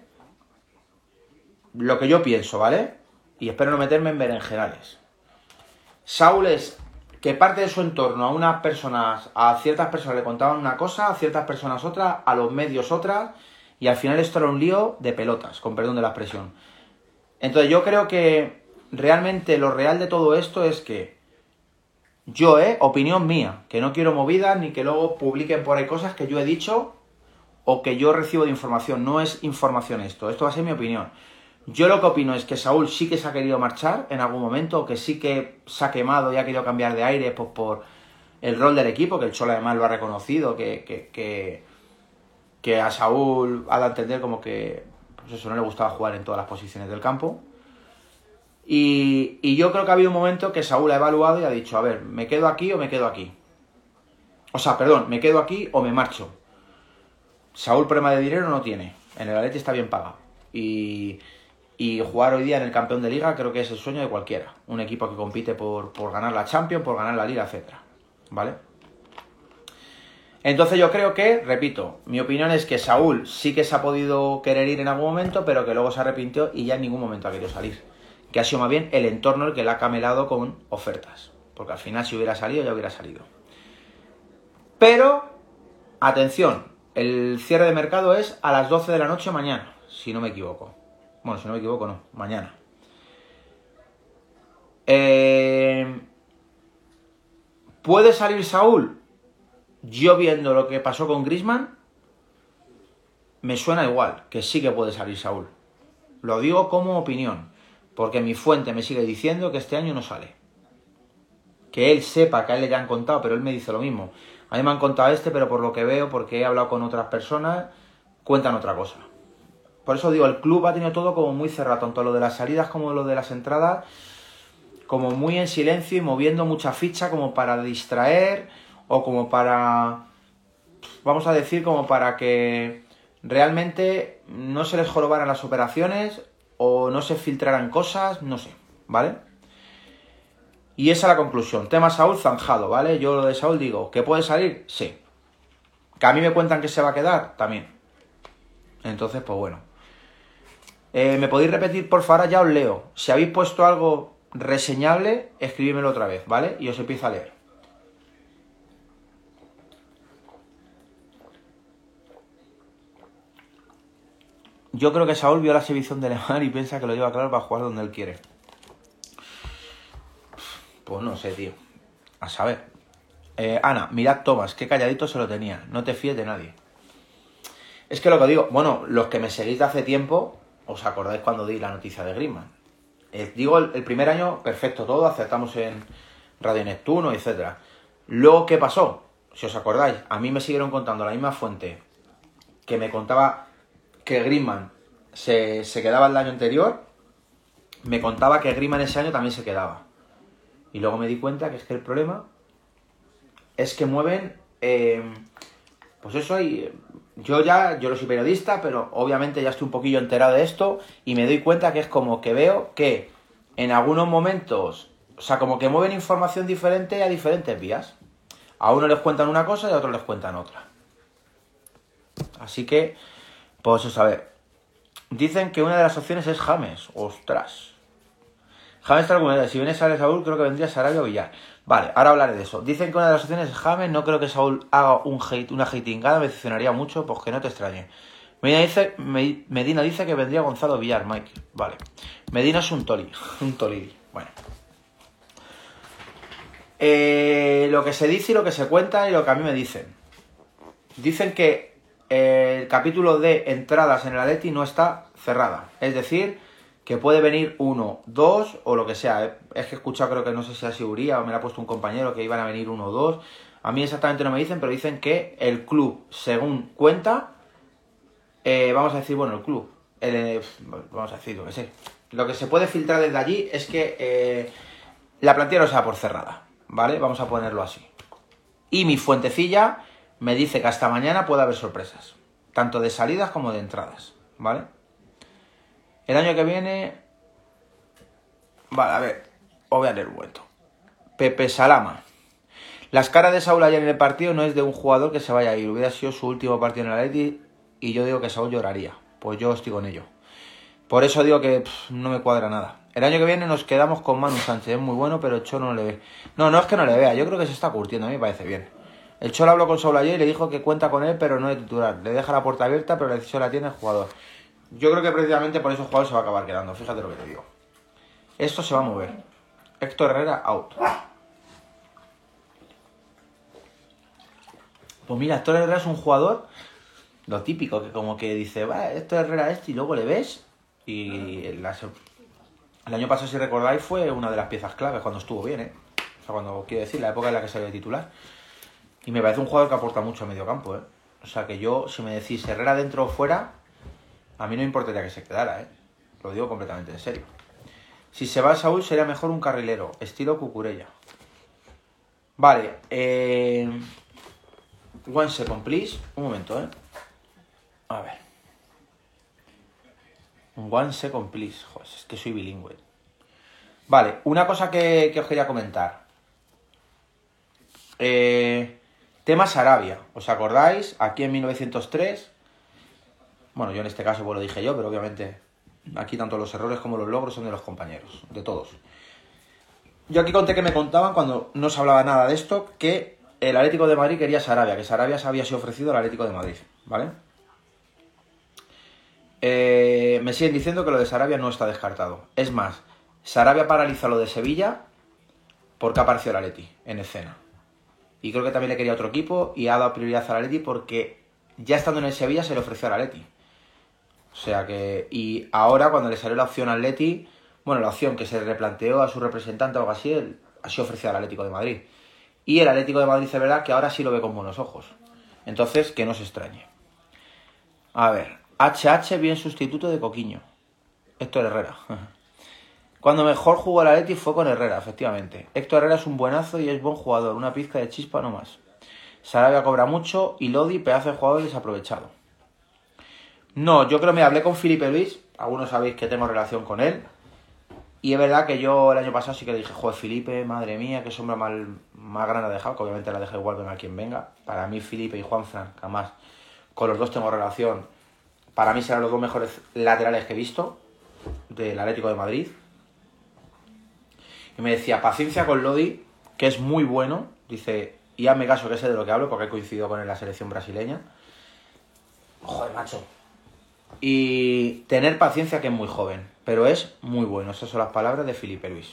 Lo que yo pienso, ¿vale? Y espero no meterme en berenjenales. Saúl es que parte de su entorno a unas personas, a ciertas personas le contaban una cosa, a ciertas personas otra, a los medios otra, y al final esto era un lío de pelotas, con perdón de la expresión. Entonces yo creo que realmente lo real de todo esto es que yo, eh, opinión mía, que no quiero movidas ni que luego publiquen por ahí cosas que yo he dicho o que yo recibo de información. No es información esto, esto va a ser mi opinión. Yo lo que opino es que Saúl sí que se ha querido marchar en algún momento, o que sí que se ha quemado y ha querido cambiar de aire pues, por el rol del equipo, que el Cholo además lo ha reconocido, que, que, que, que a Saúl ha de entender como que pues eso, no le gustaba jugar en todas las posiciones del campo. Y, y yo creo que ha habido un momento que Saúl ha evaluado y ha dicho, a ver, ¿me quedo aquí o me quedo aquí? O sea, perdón, ¿me quedo aquí o me marcho? Saúl problema de dinero no tiene, en el Atleti está bien pagado. Y... Y jugar hoy día en el campeón de liga creo que es el sueño de cualquiera. Un equipo que compite por, por ganar la Champions, por ganar la liga, etcétera. ¿Vale? Entonces yo creo que, repito, mi opinión es que Saúl sí que se ha podido querer ir en algún momento, pero que luego se arrepintió y ya en ningún momento ha querido salir. Que ha sido más bien el entorno el que le ha camelado con ofertas. Porque al final si hubiera salido, ya hubiera salido. Pero, atención, el cierre de mercado es a las doce de la noche mañana, si no me equivoco. Bueno, si no me equivoco, no. Mañana. Eh, ¿Puede salir Saúl? Yo viendo lo que pasó con Griezmann, me suena igual, que sí que puede salir Saúl. Lo digo como opinión, porque mi fuente me sigue diciendo que este año no sale. Que él sepa, que a él le han contado, pero él me dice lo mismo. A mí me han contado este, pero por lo que veo, porque he hablado con otras personas, cuentan otra cosa. Por eso digo, el club ha tenido todo como muy cerrado, tanto lo de las salidas como lo de las entradas, como muy en silencio y moviendo mucha ficha como para distraer o como para, vamos a decir, como para que realmente no se les jorobaran las operaciones o no se filtraran cosas, no sé, ¿vale? Y esa es la conclusión. Tema Saúl zanjado, ¿vale? Yo lo de Saúl digo, ¿que puede salir? Sí. ¿Que a mí me cuentan que se va a quedar? También. Entonces, pues bueno. Eh, ¿Me podéis repetir, por favor? Ya os leo. Si habéis puesto algo reseñable, escribímelo otra vez, ¿vale? Y os empiezo a leer. Yo creo que Saúl vio la exhibición de Lemar y piensa que lo lleva claro para jugar donde él quiere. Pues no sé, tío. A saber. Eh, Ana, mirad Tomás, qué calladito se lo tenía. No te fíes de nadie. Es que lo que digo, bueno, los que me seguís de hace tiempo, os acordáis cuando di la noticia de Griezmann. Eh, digo, el, el primer año, perfecto todo, acertamos en Radio Neptuno, etcétera. Luego, ¿qué pasó? Si os acordáis, a mí me siguieron contando la misma fuente que me contaba que Griezmann se, se quedaba el año anterior, me contaba que Griezmann ese año también se quedaba. Y luego me di cuenta que es que el problema es que mueven, eh, pues eso, y yo ya, yo no soy periodista, pero obviamente ya estoy un poquillo enterado de esto y me doy cuenta que es como que veo que en algunos momentos, o sea, como que mueven información diferente a diferentes vías. A uno les cuentan una cosa y a otro les cuentan otra. Así que, pues eso, a ver. Dicen que una de las opciones es James. Ostras. James está argumentando. Si viene Saúl, creo que vendría Sarabia o Villar. Vale, ahora hablaré de eso. Dicen que una de las opciones es James. No creo que Saúl haga un hate, una hatingada. Me decepcionaría mucho, pues que no te extrañe. Medina dice, Medina dice que vendría Gonzalo Villar, Mike. Vale. Medina es un toli. Un tolili. Bueno. Eh, lo que se dice y lo que se cuenta y lo que a mí me dicen. Dicen que el capítulo de entradas en el Atleti no está cerrada. Es decir, que puede venir uno, dos o lo que sea. Es que he escuchado, creo que no sé si ha sido Uría o me lo ha puesto un compañero, que iban a venir uno o dos. A mí exactamente no me dicen, pero dicen que el club, según cuenta, eh, vamos a decir, bueno, el club, el, vamos a decir lo que sé. Lo que se puede filtrar desde allí es que eh, la plantilla no sea por cerrada, ¿vale? Vamos a ponerlo así. Y mi fuentecilla me dice que hasta mañana puede haber sorpresas, tanto de salidas como de entradas, ¿vale? El año que viene... Vale, a ver, os voy a leer un momento. Pepe Salama. Las caras de Saúl ayer en el partido no es de un jugador que se vaya a ir. Hubiera sido su último partido en el Atleti y yo digo que Saúl lloraría. Pues yo estoy con ello. Por eso digo que pff, no me cuadra nada. El año que viene nos quedamos con Manu Sánchez. Es muy bueno, pero el Cholo no le ve. No, no es que no le vea. Yo creo que se está curtiendo. A mí me parece bien. El Cholo habló con Saúl ayer y le dijo que cuenta con él, pero no de titular. Le deja la puerta abierta, pero la decisión la tiene el jugador. Yo creo que precisamente por eso el jugador se va a acabar quedando. Fíjate lo que te digo. Esto se va a mover. Héctor Herrera, out. Pues mira, Héctor Herrera es un jugador, lo típico, que como que dice, va, Héctor Herrera este, y luego le ves. Y el, el año pasado, si recordáis, fue una de las piezas claves cuando estuvo bien, ¿eh? O sea, cuando, quiero decir, la época en la que salió de titular. Y me parece un jugador que aporta mucho a medio campo, ¿eh? O sea, que yo, si me decís Herrera dentro o fuera, a mí no me importaría que se quedara, ¿eh? Lo digo completamente en serio. Si se va a Saúl, sería mejor un carrilero, estilo Cucurella. Vale, eh... One second, please. Un momento, ¿eh? A ver. One second, please. Joder, es que soy bilingüe. Vale, una cosa que, que os quería comentar. Eh, tema Sarabia. ¿Os acordáis? Aquí en mil novecientos tres... Bueno, yo en este caso pues lo dije yo, pero obviamente aquí tanto los errores como los logros son de los compañeros, de todos. Yo aquí conté que me contaban, cuando no se hablaba nada de esto, que el Atlético de Madrid quería Sarabia, que Sarabia se había sido ofrecido al Atlético de Madrid, ¿vale? Eh, me siguen diciendo que lo de Sarabia no está descartado. Es más, Sarabia paraliza lo de Sevilla porque ha aparecido el Atleti en escena. Y creo que también le quería otro equipo y ha dado prioridad al Atleti porque ya estando en el Sevilla se le ofreció al Atleti. O sea que... Y ahora cuando le salió la opción al Atleti, bueno, la opción que se replanteó a su representante o algo así, él ha sido ofrecido al Atlético de Madrid. Y el Atlético de Madrid es verdad que ahora sí lo ve con buenos ojos. Entonces, que no se extrañe. A ver, H H bien sustituto de Coquiño. Héctor Herrera. Cuando mejor jugó el Atleti fue con Herrera, efectivamente. Héctor Herrera es un buenazo y es buen jugador. Una pizca de chispa no más. Sarabia cobra mucho y Lodi, pedazo de jugador desaprovechado. No, yo creo que me hablé con Felipe Luis. Algunos sabéis que tengo relación con él. Y es verdad que yo el año pasado sí que le dije, joder, Felipe, madre mía, qué sombra más, más grande ha dejado, que obviamente la deja igual, venga quien venga. Para mí Felipe y Juanfran, además, con los dos tengo relación. Para mí serán los dos mejores laterales que he visto del Atlético de Madrid. Y me decía, paciencia con Lodi, que es muy bueno. Dice, y hazme caso que sé de lo que hablo, porque he coincidido con él en la selección brasileña. Joder, macho. Y tener paciencia, que es muy joven, pero es muy bueno. Esas son las palabras de Felipe Luis.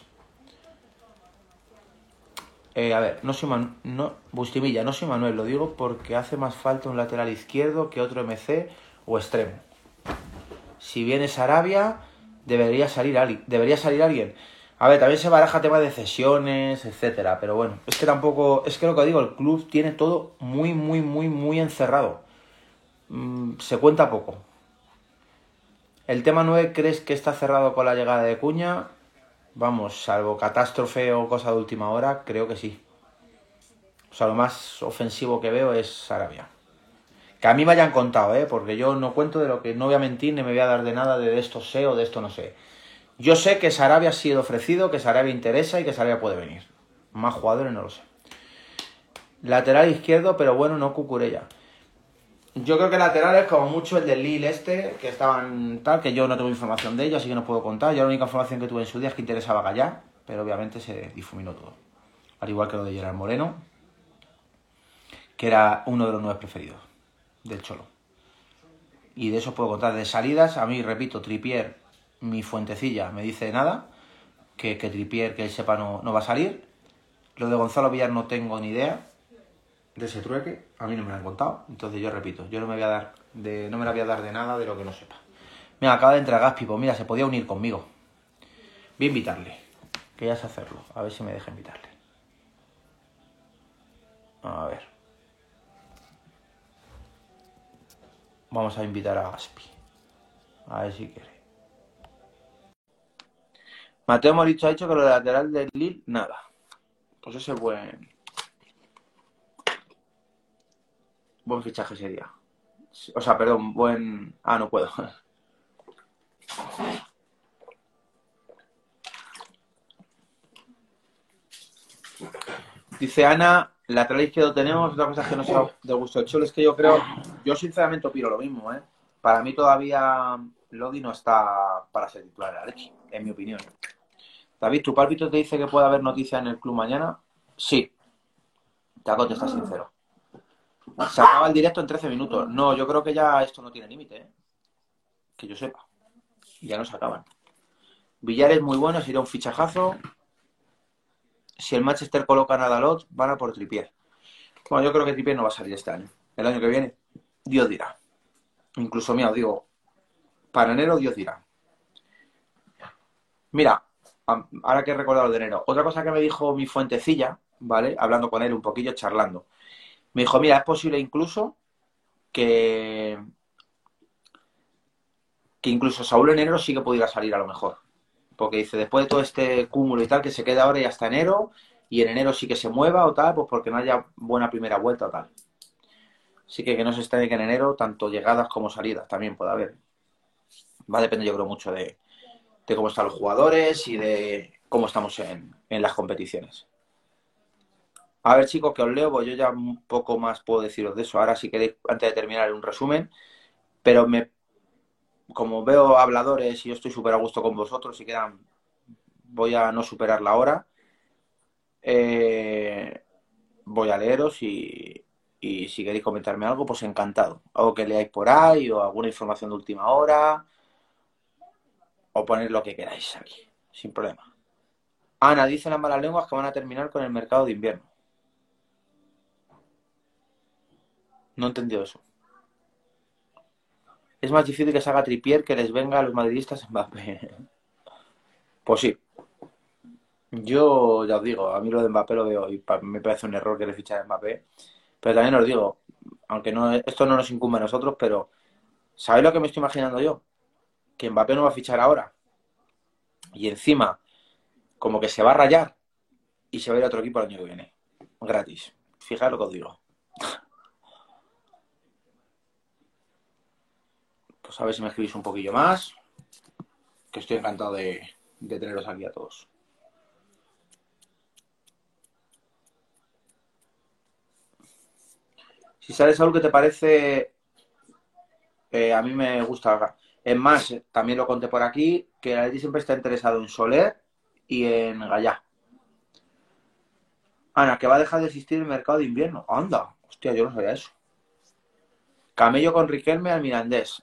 Eh, a ver, no soy Man... no, Bustimilla, no soy Manuel, lo digo porque hace más falta un lateral izquierdo que otro M C o extremo. Si viene Sarabia, debería salir alguien. Debería salir alguien. A ver, también se baraja tema de cesiones, etcétera. Pero bueno, es que tampoco... Es que lo que digo, el club tiene todo muy, muy, muy, muy encerrado. Mm, se cuenta poco. El tema nueve, ¿crees que está cerrado con la llegada de Cuña? Vamos, salvo catástrofe o cosa de última hora, creo que sí. O sea, lo más ofensivo que veo es Sarabia. Que a mí me hayan contado, ¿eh? Porque yo no cuento de lo que... No voy a mentir ni me voy a dar de nada de esto sé o de esto no sé. Yo sé que Sarabia ha sido ofrecido, que Sarabia interesa y que Sarabia puede venir. Más jugadores no lo sé. Lateral izquierdo, pero bueno, no Cucurella. Yo creo que lateral es como mucho el del Lille este, que estaban tal, que yo no tengo información de ello, así que no puedo contar. Yo la única información que tuve en su día es que interesaba Gallá, pero obviamente se difuminó todo. Al igual que lo de Gerard Moreno, que era uno de los nueve preferidos del Cholo. Y de eso puedo contar. De salidas, a mí, repito, Trippier, mi fuentecilla, me dice nada, que, que Trippier, que él sepa, no, no va a salir. Lo de Gonzalo Villar no tengo ni idea de ese trueque, a mí no me lo han contado, entonces yo repito, yo no me voy a dar de, no me la voy a dar de nada de lo que no sepa. Mira, acaba de entrar Gaspi, pues mira, se podía unir conmigo. Voy a invitarle, que ya sé hacerlo, a ver si me deja invitarle. A ver. Vamos a invitar a Gaspi. A ver si quiere. Mateo Moricho ha dicho que lo de lateral del Lille, nada. Pues ese es buen... Buen fichaje sería. O sea, perdón, buen... Ah, no puedo. Dice Ana, lateral izquierdo tenemos, otra cosa que no sea de gusto del Cholo, es que yo creo, yo sinceramente opino lo mismo, ¿eh? Para mí todavía Lodi no está para ser titular de la Leche, en mi opinión. David, ¿tu pálpito te dice que puede haber noticias en el club mañana? Sí. Te hago contestar sincero. Se acaba el directo en trece minutos. No, yo creo que ya esto no tiene límite, ¿eh? Que yo sepa. Ya no se acaban. Villar es muy bueno, sería un fichajazo. Si el Manchester coloca a Dalot, van a por Trippier. Bueno, yo creo que Trippier no va a salir este año. El año que viene, Dios dirá. Incluso, mira, os digo, para enero Dios dirá. Mira, ahora que he recordado de enero, otra cosa que me dijo mi fuentecilla, ¿vale? Hablando con él un poquillo, charlando. Me dijo, mira, es posible incluso que que incluso Saúl en enero sí que pudiera salir a lo mejor. Porque dice, después de todo este cúmulo y tal, que se quede ahora y hasta enero, y en enero sí que se mueva o tal, pues porque no haya buena primera vuelta o tal. Así que que no se extrañe que en enero tanto llegadas como salidas también pueda haber. Va a depender yo creo mucho de, de cómo están los jugadores y de cómo estamos en, en las competiciones. A ver, chicos, que os leo, pues yo ya un poco más puedo deciros de eso. Ahora, si queréis, antes de terminar, un resumen. Pero me, como veo habladores y yo estoy súper a gusto con vosotros, si quedan, voy a no superar la hora. Eh, voy a leeros y, y si queréis comentarme algo, pues encantado. Algo que leáis por ahí o alguna información de última hora o poner lo que queráis aquí, sin problema. Ana, dice las malas lenguas que van a terminar con el mercado de invierno. No he entendido eso. Es más difícil que se haga Trippier que les venga a los madridistas Mbappé. Pues sí. Yo ya os digo, a mí lo de Mbappé lo veo y me parece un error que le fichara a Mbappé. Pero también os digo, aunque no esto no nos incumbe a nosotros, pero ¿sabéis lo que me estoy imaginando yo? Que Mbappé no va a fichar ahora. Y encima, como que se va a rayar y se va a ir a otro equipo el año que viene. Gratis. Fijaos lo que os digo. Pues a ver si me escribís un poquillo más. Que estoy encantado de, de teneros aquí a todos. Si sale Saúl, ¿qué te parece? Eh, a mí me gusta. Es más, también lo conté por aquí, que el Atleti siempre está interesado en Soler y en Gallá. Ana, que va a dejar de existir el mercado de invierno. Anda, hostia, yo no sabía eso. Camello con Riquelme al Mirandés.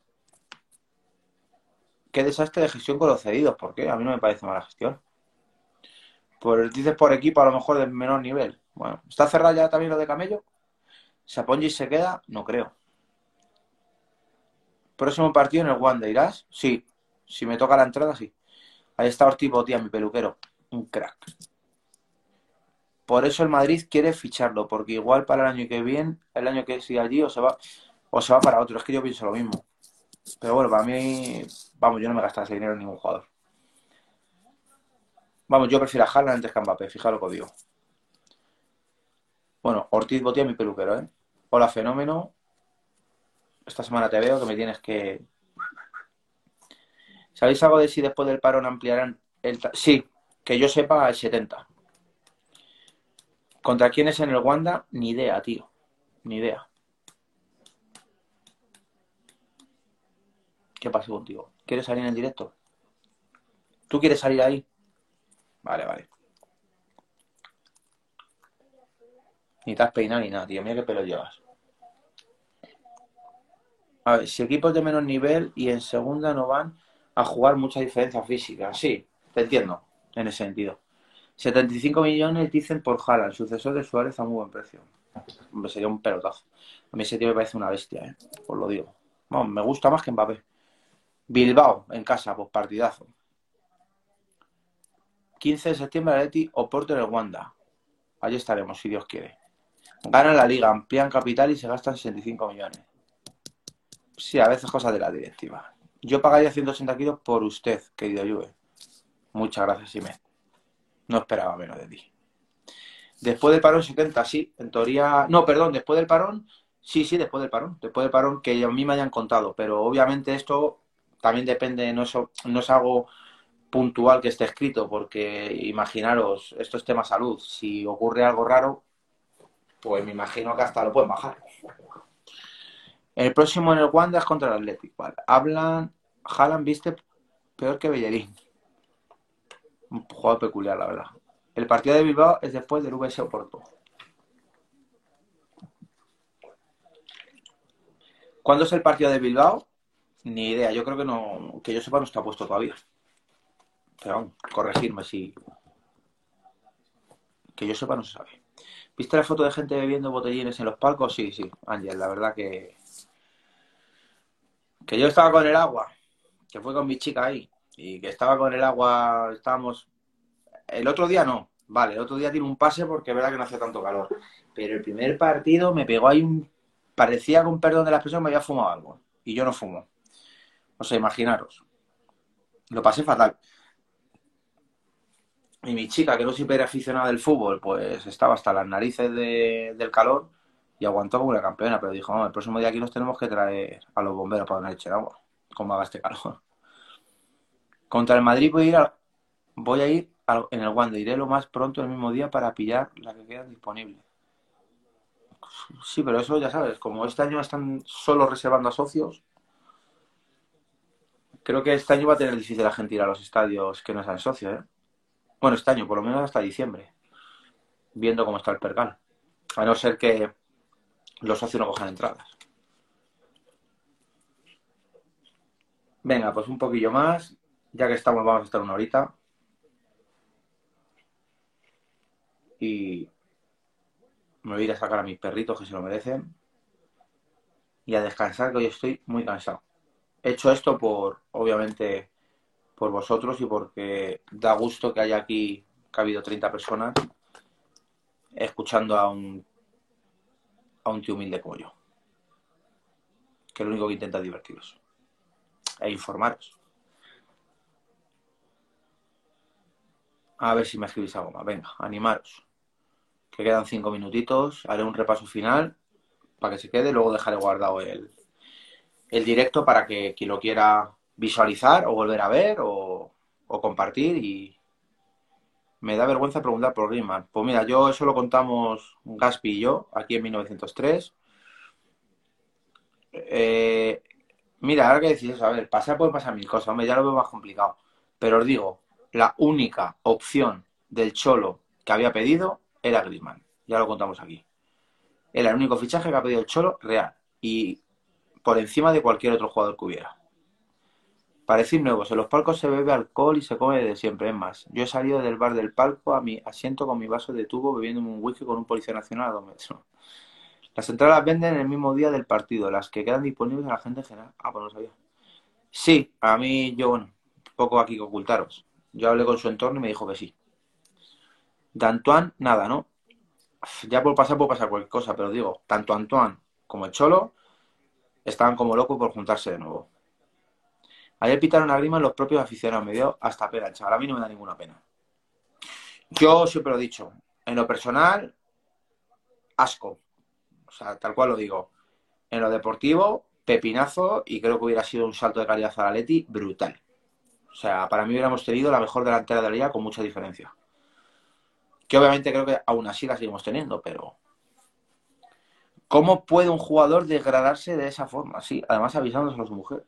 Qué desastre de gestión con los cedidos. ¿Por qué? A mí no me parece mala gestión. Pues dices por equipo a lo mejor de menor nivel. Bueno, ¿está cerrado ya también lo de Camello? ¿Sapongi se queda? No creo. ¿Próximo partido en el Wanda irás? Sí, Si me toca la entrada, sí. Ahí está Ortiz Botía, mi peluquero. Un crack. Por eso el Madrid quiere ficharlo, porque igual para el año que viene, el año que sigue allí, o se va, o se va para otro. Es que yo pienso lo mismo. Pero bueno, para mí, vamos, yo no me gastaba ese dinero en ningún jugador. Vamos, yo prefiero a Haaland antes que a Mbappé, fijaros lo que os digo. Bueno, Ortiz Botía, mi peluquero, ¿eh? Hola, fenómeno. Esta semana te veo que me tienes que... ¿Sabéis algo de si después del parón ampliarán el... Sí, que yo sepa, el setenta. ¿Contra quién es en el Wanda? Ni idea, tío. Ni idea. ¿Qué pasa contigo? ¿Quieres salir en el directo? ¿Tú quieres salir ahí? Vale, vale. Ni te has peinado ni nada, tío. Mira qué pelo llevas. A ver, si equipos de menos nivel y en segunda no van a jugar mucha diferencia física. Sí, te entiendo en ese sentido. setenta y cinco millones dicen por Haaland, sucesor de Suárez a muy buen precio. Hombre, sería un pelotazo. A mí ese tío me parece una bestia, ¿eh? Os lo digo. Vamos, me gusta más que Mbappé. Bilbao, en casa, pues partidazo. quince de septiembre, Atleti, Oporto en el Wanda. Allí estaremos, si Dios quiere. Ganan la liga, amplían capital y se gastan sesenta y cinco millones. Sí, a veces cosas de la directiva. Yo pagaría ciento ochenta kilos por usted, querido Juve. Muchas gracias, Ime. No esperaba menos de ti. Después del parón setenta, sí, en teoría... No, perdón, después del parón... Sí, sí, después del parón. Después del parón que a mí me hayan contado. Pero obviamente esto también depende, no es, no es algo puntual que esté escrito, porque imaginaros, esto es tema salud. Si ocurre algo raro, pues me imagino que hasta lo pueden bajar. El próximo en el Wanda es contra el Athletic. Vale. Hablan... Haaland viste peor que Bellerín. Un jugador peculiar, la verdad. El partido de Bilbao es después del V S Oporto. ¿Cuándo es el partido de Bilbao? Ni idea. Yo creo que no, que yo sepa, no está puesto todavía. Pero vamos, corregirme si. Que yo sepa, no se sabe. ¿Viste la foto de gente bebiendo botellines en los palcos? Sí, sí, Ángel, la verdad que. Que yo estaba con el agua, que fue con mi chica ahí, y que estaba con el agua, estábamos. El otro día no, vale, el otro día tiene un pase porque es verdad que no hace tanto calor. Pero el primer partido me pegó ahí un. Parecía, con perdón de la expresión, me había fumado algo. Y yo no fumo. O sea, imaginaros. Lo pasé fatal. Y mi chica, que no siempre era aficionada del fútbol, pues estaba hasta las narices de, del calor y aguantó como una campeona. Pero dijo, no, el próximo día aquí nos tenemos que traer a los bomberos para que nos echen agua. Como haga este calor. Contra el Madrid voy a ir, a, voy a ir a, en el Wanda. Iré lo más pronto el mismo día para pillar la que queda disponible. Sí, pero eso ya sabes, como este año están solo reservando a socios, creo que este año va a tener difícil la gente ir a los estadios que no sean socios, ¿eh? Bueno, este año, por lo menos hasta diciembre, viendo cómo está el percal. A no ser que los socios no cojan entradas. Venga, pues un poquillo más. Ya que estamos, vamos a estar una horita. Y me voy a ir a sacar a mis perritos que se lo merecen. Y a descansar, que hoy estoy muy cansado. He hecho esto por, obviamente, por vosotros y porque da gusto que haya aquí, que ha habido treinta personas, escuchando a un, a un tío humilde como yo. Que lo único que intenta es divertiros. E informaros. A ver si me escribís algo más. Venga, animaros. Que quedan cinco minutitos. Haré un repaso final para que se quede. Luego dejaré guardado el, el directo para que quien lo quiera visualizar o volver a ver o, o compartir. Y me da vergüenza preguntar por Griezmann. Pues mira, yo eso lo contamos Gaspi y yo aquí en mil novecientos tres. Eh, mira, ahora que decís eso, a ver, pasar puede pasar mil cosas. Hombre, ya lo veo más complicado. Pero os digo, la única opción del Cholo que había pedido era Griezmann. Ya lo contamos aquí. Era el único fichaje que ha pedido el Cholo real. Y por encima de cualquier otro jugador que hubiera. Para decir nuevos, en los palcos se bebe alcohol y se come de siempre. Es más, yo he salido del bar del palco a mi asiento con mi vaso de tubo bebiéndome un whisky con un policía nacional a dos metros. Las entradas venden el mismo día del partido, las que quedan disponibles a la gente en general. Ah, pues no sabía. Sí, a mí, yo, bueno, poco aquí que ocultaros. Yo hablé con su entorno y me dijo que sí. De Antoine, nada, ¿no? Ya por pasar, puede pasar cualquier cosa, pero digo, tanto Antoine como el Cholo estaban como locos por juntarse de nuevo. Ayer pitaron a Griezmann los propios aficionados, me dio hasta pena, chaval. A mí no me da ninguna pena. Yo siempre lo he dicho, en lo personal, asco. O sea, tal cual lo digo. En lo deportivo, pepinazo, y creo que hubiera sido un salto de calidad al Atleti brutal. O sea, para mí hubiéramos tenido la mejor delantera de la liga con mucha diferencia. Que obviamente creo que aún así la seguimos teniendo, pero ¿cómo puede un jugador degradarse de esa forma? Sí, además avisándose a su mujer.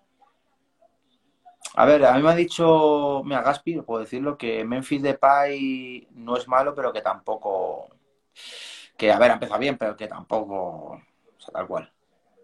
A ver, a mí me ha dicho, mira, Gaspi, puedo decirlo, que Memphis Depay no es malo, pero que tampoco... Que, a ver, ha empezado bien, pero que tampoco... O sea, tal cual.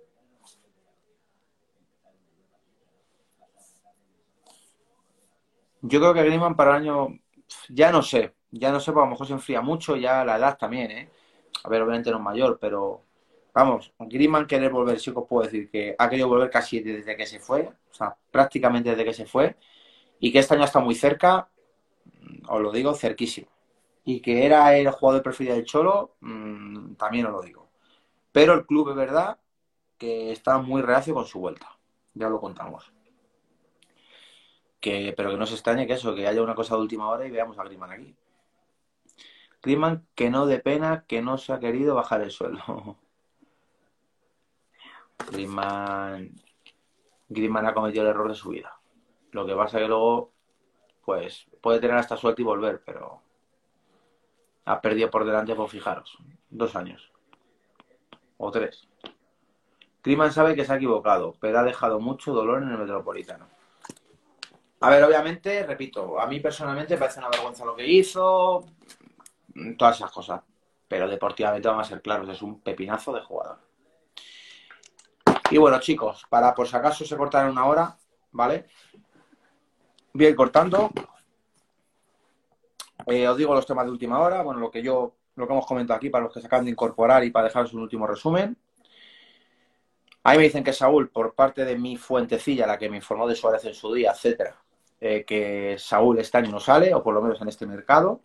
Yo creo que Griezmann para el año... Ya no sé. Ya no sé, porque a lo mejor se enfría mucho, ya la edad también, ¿eh? A ver, obviamente no es mayor, pero... Vamos, Griezmann querer volver, sí que os puedo decir que ha querido volver casi desde que se fue. O sea, prácticamente desde que se fue. Y que este año está muy cerca, os lo digo, cerquísimo. Y que era el jugador preferido del Cholo, mmm, también os lo digo. Pero el club es verdad que está muy reacio con su vuelta. Ya lo contamos. Que, pero que no se extrañe que eso, que haya una cosa de última hora y veamos a Griezmann aquí. Griezmann que no de pena, que no se ha querido bajar el suelo. Griezmann, Griezmann ha cometido el error de su vida. Lo que pasa que luego, pues, puede tener hasta suerte y volver, pero ha perdido por delante, por fijaros, dos años. O tres. Griezmann sabe que se ha equivocado, pero ha dejado mucho dolor en el Metropolitano. A ver, obviamente, repito, a mí personalmente me parece una vergüenza lo que hizo, todas esas cosas. Pero deportivamente vamos a ser claros, es un pepinazo de jugador. Y bueno, chicos, para por si acaso se cortara en una hora, ¿vale? Voy a ir cortando. Eh, os digo los temas de última hora, bueno, lo que yo, lo que hemos comentado aquí para los que se acaban de incorporar y para dejaros un último resumen. Ahí me dicen que Saúl, por parte de mi fuentecilla, la que me informó de Suárez en su día, etcétera, eh, que Saúl este año no sale, o por lo menos en este mercado.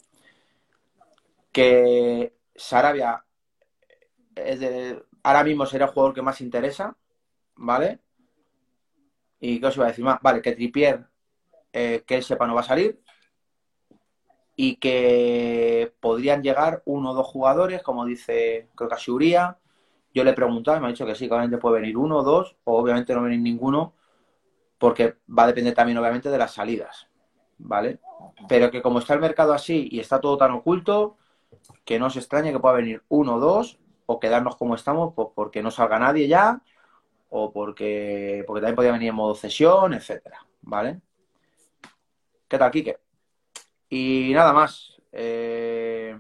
Que Sarabia es de, ahora mismo sería el jugador que más interesa, ¿vale? ¿Y qué os iba a decir más? Vale, que Trippier, eh, que él sepa, no va a salir. Y que podrían llegar uno o dos jugadores, como dice, creo que Asiuría. Yo le he preguntado y me ha dicho que sí, que obviamente puede venir uno o dos, o obviamente no venir ninguno, porque va a depender también, obviamente, de las salidas, ¿vale? Pero que como está el mercado así y está todo tan oculto, que no os extrañe que pueda venir uno o dos, o quedarnos como estamos, pues porque no salga nadie ya, o porque, porque también podría venir en modo cesión, etcétera, ¿vale? ¿Qué tal, Quique? Y nada más. Eh,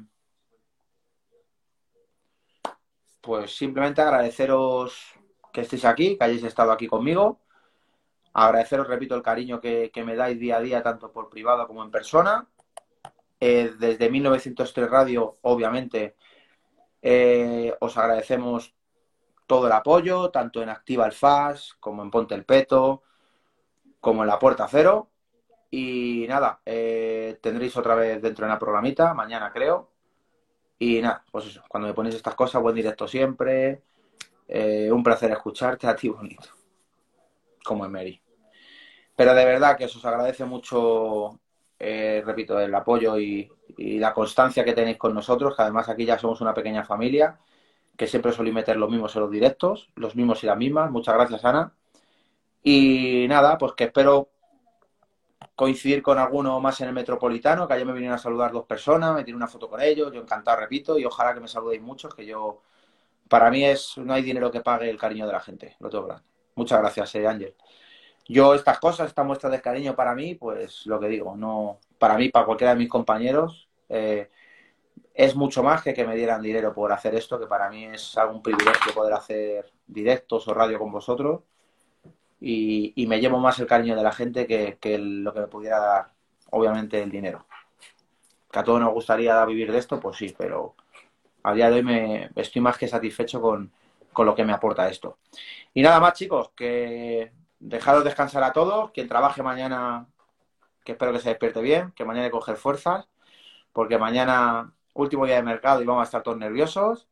pues simplemente agradeceros que estéis aquí, que hayáis estado aquí conmigo. Agradeceros, repito, el cariño que, que me dais día a día, tanto por privado como en persona. Eh, desde mil novecientos tres Radio, obviamente, eh, os agradecemos todo el apoyo, tanto en Activa el F A S, como en Ponte el Peto, como en La Puerta Cero. Y nada, eh, tendréis otra vez dentro de una programita, mañana creo. Y nada, pues eso, cuando me ponéis estas cosas, buen directo siempre. Eh, un placer escucharte, a ti bonito. Como en Mary. Pero de verdad que os agradece mucho, eh, repito, el apoyo y, y la constancia que tenéis con nosotros, que además aquí ya somos una pequeña familia, que siempre solí meter los mismos en los directos, los mismos y las mismas. Muchas gracias, Ana. Y nada, pues que espero coincidir con alguno más en el Metropolitano, que ayer me vinieron a saludar dos personas, me tiré una foto con ellos, yo encantado, repito, y ojalá que me saludéis muchos, que yo, para mí es, no hay dinero que pague el cariño de la gente, lo tengo claro. Muchas gracias, eh, Ángel. Yo estas cosas, esta muestra de cariño para mí, pues lo que digo, no, para mí, para cualquiera de mis compañeros, eh, es mucho más que que me dieran dinero por hacer esto, que para mí es algún privilegio poder hacer directos o radio con vosotros. Y, y me llevo más el cariño de la gente que, que lo que me pudiera dar, obviamente, el dinero. Que a todos nos gustaría vivir de esto, pues sí, pero a día de hoy me estoy más que satisfecho con, con lo que me aporta esto. Y nada más, chicos, que dejaros descansar a todos. Quien trabaje mañana, que espero que se despierte bien, que mañana hay que coger fuerzas, porque mañana, último día de mercado y vamos a estar todos nerviosos.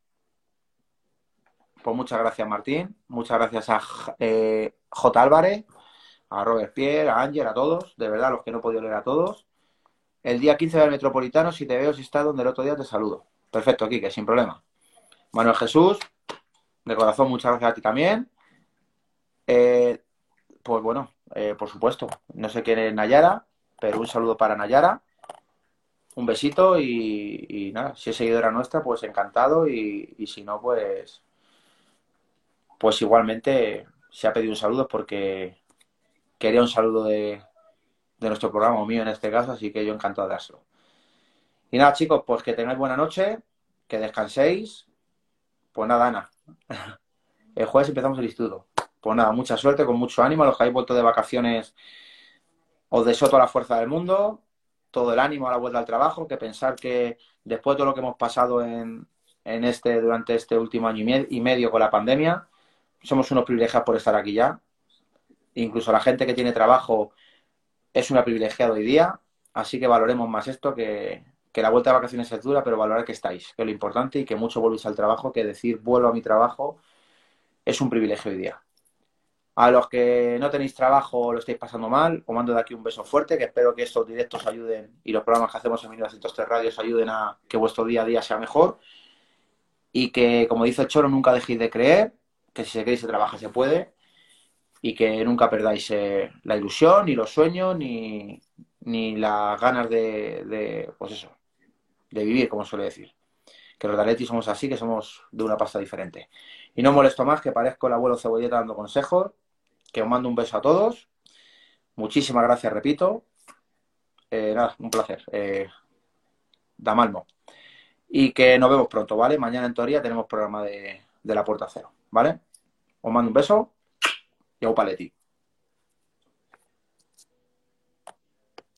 Pues muchas gracias, Martín. Muchas gracias a eh, J. Álvarez, a Robert Pierre, a Ángel, a todos. De verdad, los que no he podido leer a todos. El día quince del Metropolitano, si te veo, si estás donde el otro día, te saludo. Perfecto, Quique, sin problema. Manuel Jesús, de corazón, muchas gracias a ti también. Eh, pues bueno, eh, por supuesto, no sé quién es Nayara, pero un saludo para Nayara. Un besito y, y nada, si es seguidora nuestra, pues encantado y, y si no, pues pues igualmente se ha pedido un saludo porque quería un saludo de, de nuestro programa, o mío en este caso, así que yo encantado de dárselo. Y nada, chicos, pues que tengáis buena noche, que descanséis. Pues nada, Ana, el jueves empezamos el instituto. Pues nada, mucha suerte, con mucho ánimo. A los que habéis vuelto de vacaciones, os deseo toda la fuerza del mundo, todo el ánimo a la vuelta al trabajo, que pensar que después de todo lo que hemos pasado en, en este, durante este último año y, me y medio con la pandemia, somos unos privilegiados por estar aquí ya. Incluso la gente que tiene trabajo es una privilegiada hoy día, así que valoremos más esto, que, que la vuelta de vacaciones es dura, pero valorar que estáis, que es lo importante y que mucho volvéis al trabajo, que decir vuelvo a mi trabajo es un privilegio hoy día. A los que no tenéis trabajo o lo estáis pasando mal, os mando de aquí un beso fuerte, que espero que estos directos ayuden y los programas que hacemos en mil novecientos tres Radios ayuden a que vuestro día a día sea mejor y que, como dice el Choro, nunca dejéis de creer, que si se queréis se trabaja se puede y que nunca perdáis eh, la ilusión, ni los sueños, ni, ni las ganas de, de, pues eso, de vivir, como suele decir. Que los de Atleti somos así, que somos de una pasta diferente. Y no molesto más, que parezco el abuelo Cebolleta dando consejos, que os mando un beso a todos. Muchísimas gracias, repito. Eh, nada, un placer. Eh, da Malmo. Y que nos vemos pronto, ¿vale? Mañana en teoría tenemos programa de, de la Puerta Cero, ¿vale? Os mando un beso y au paletti.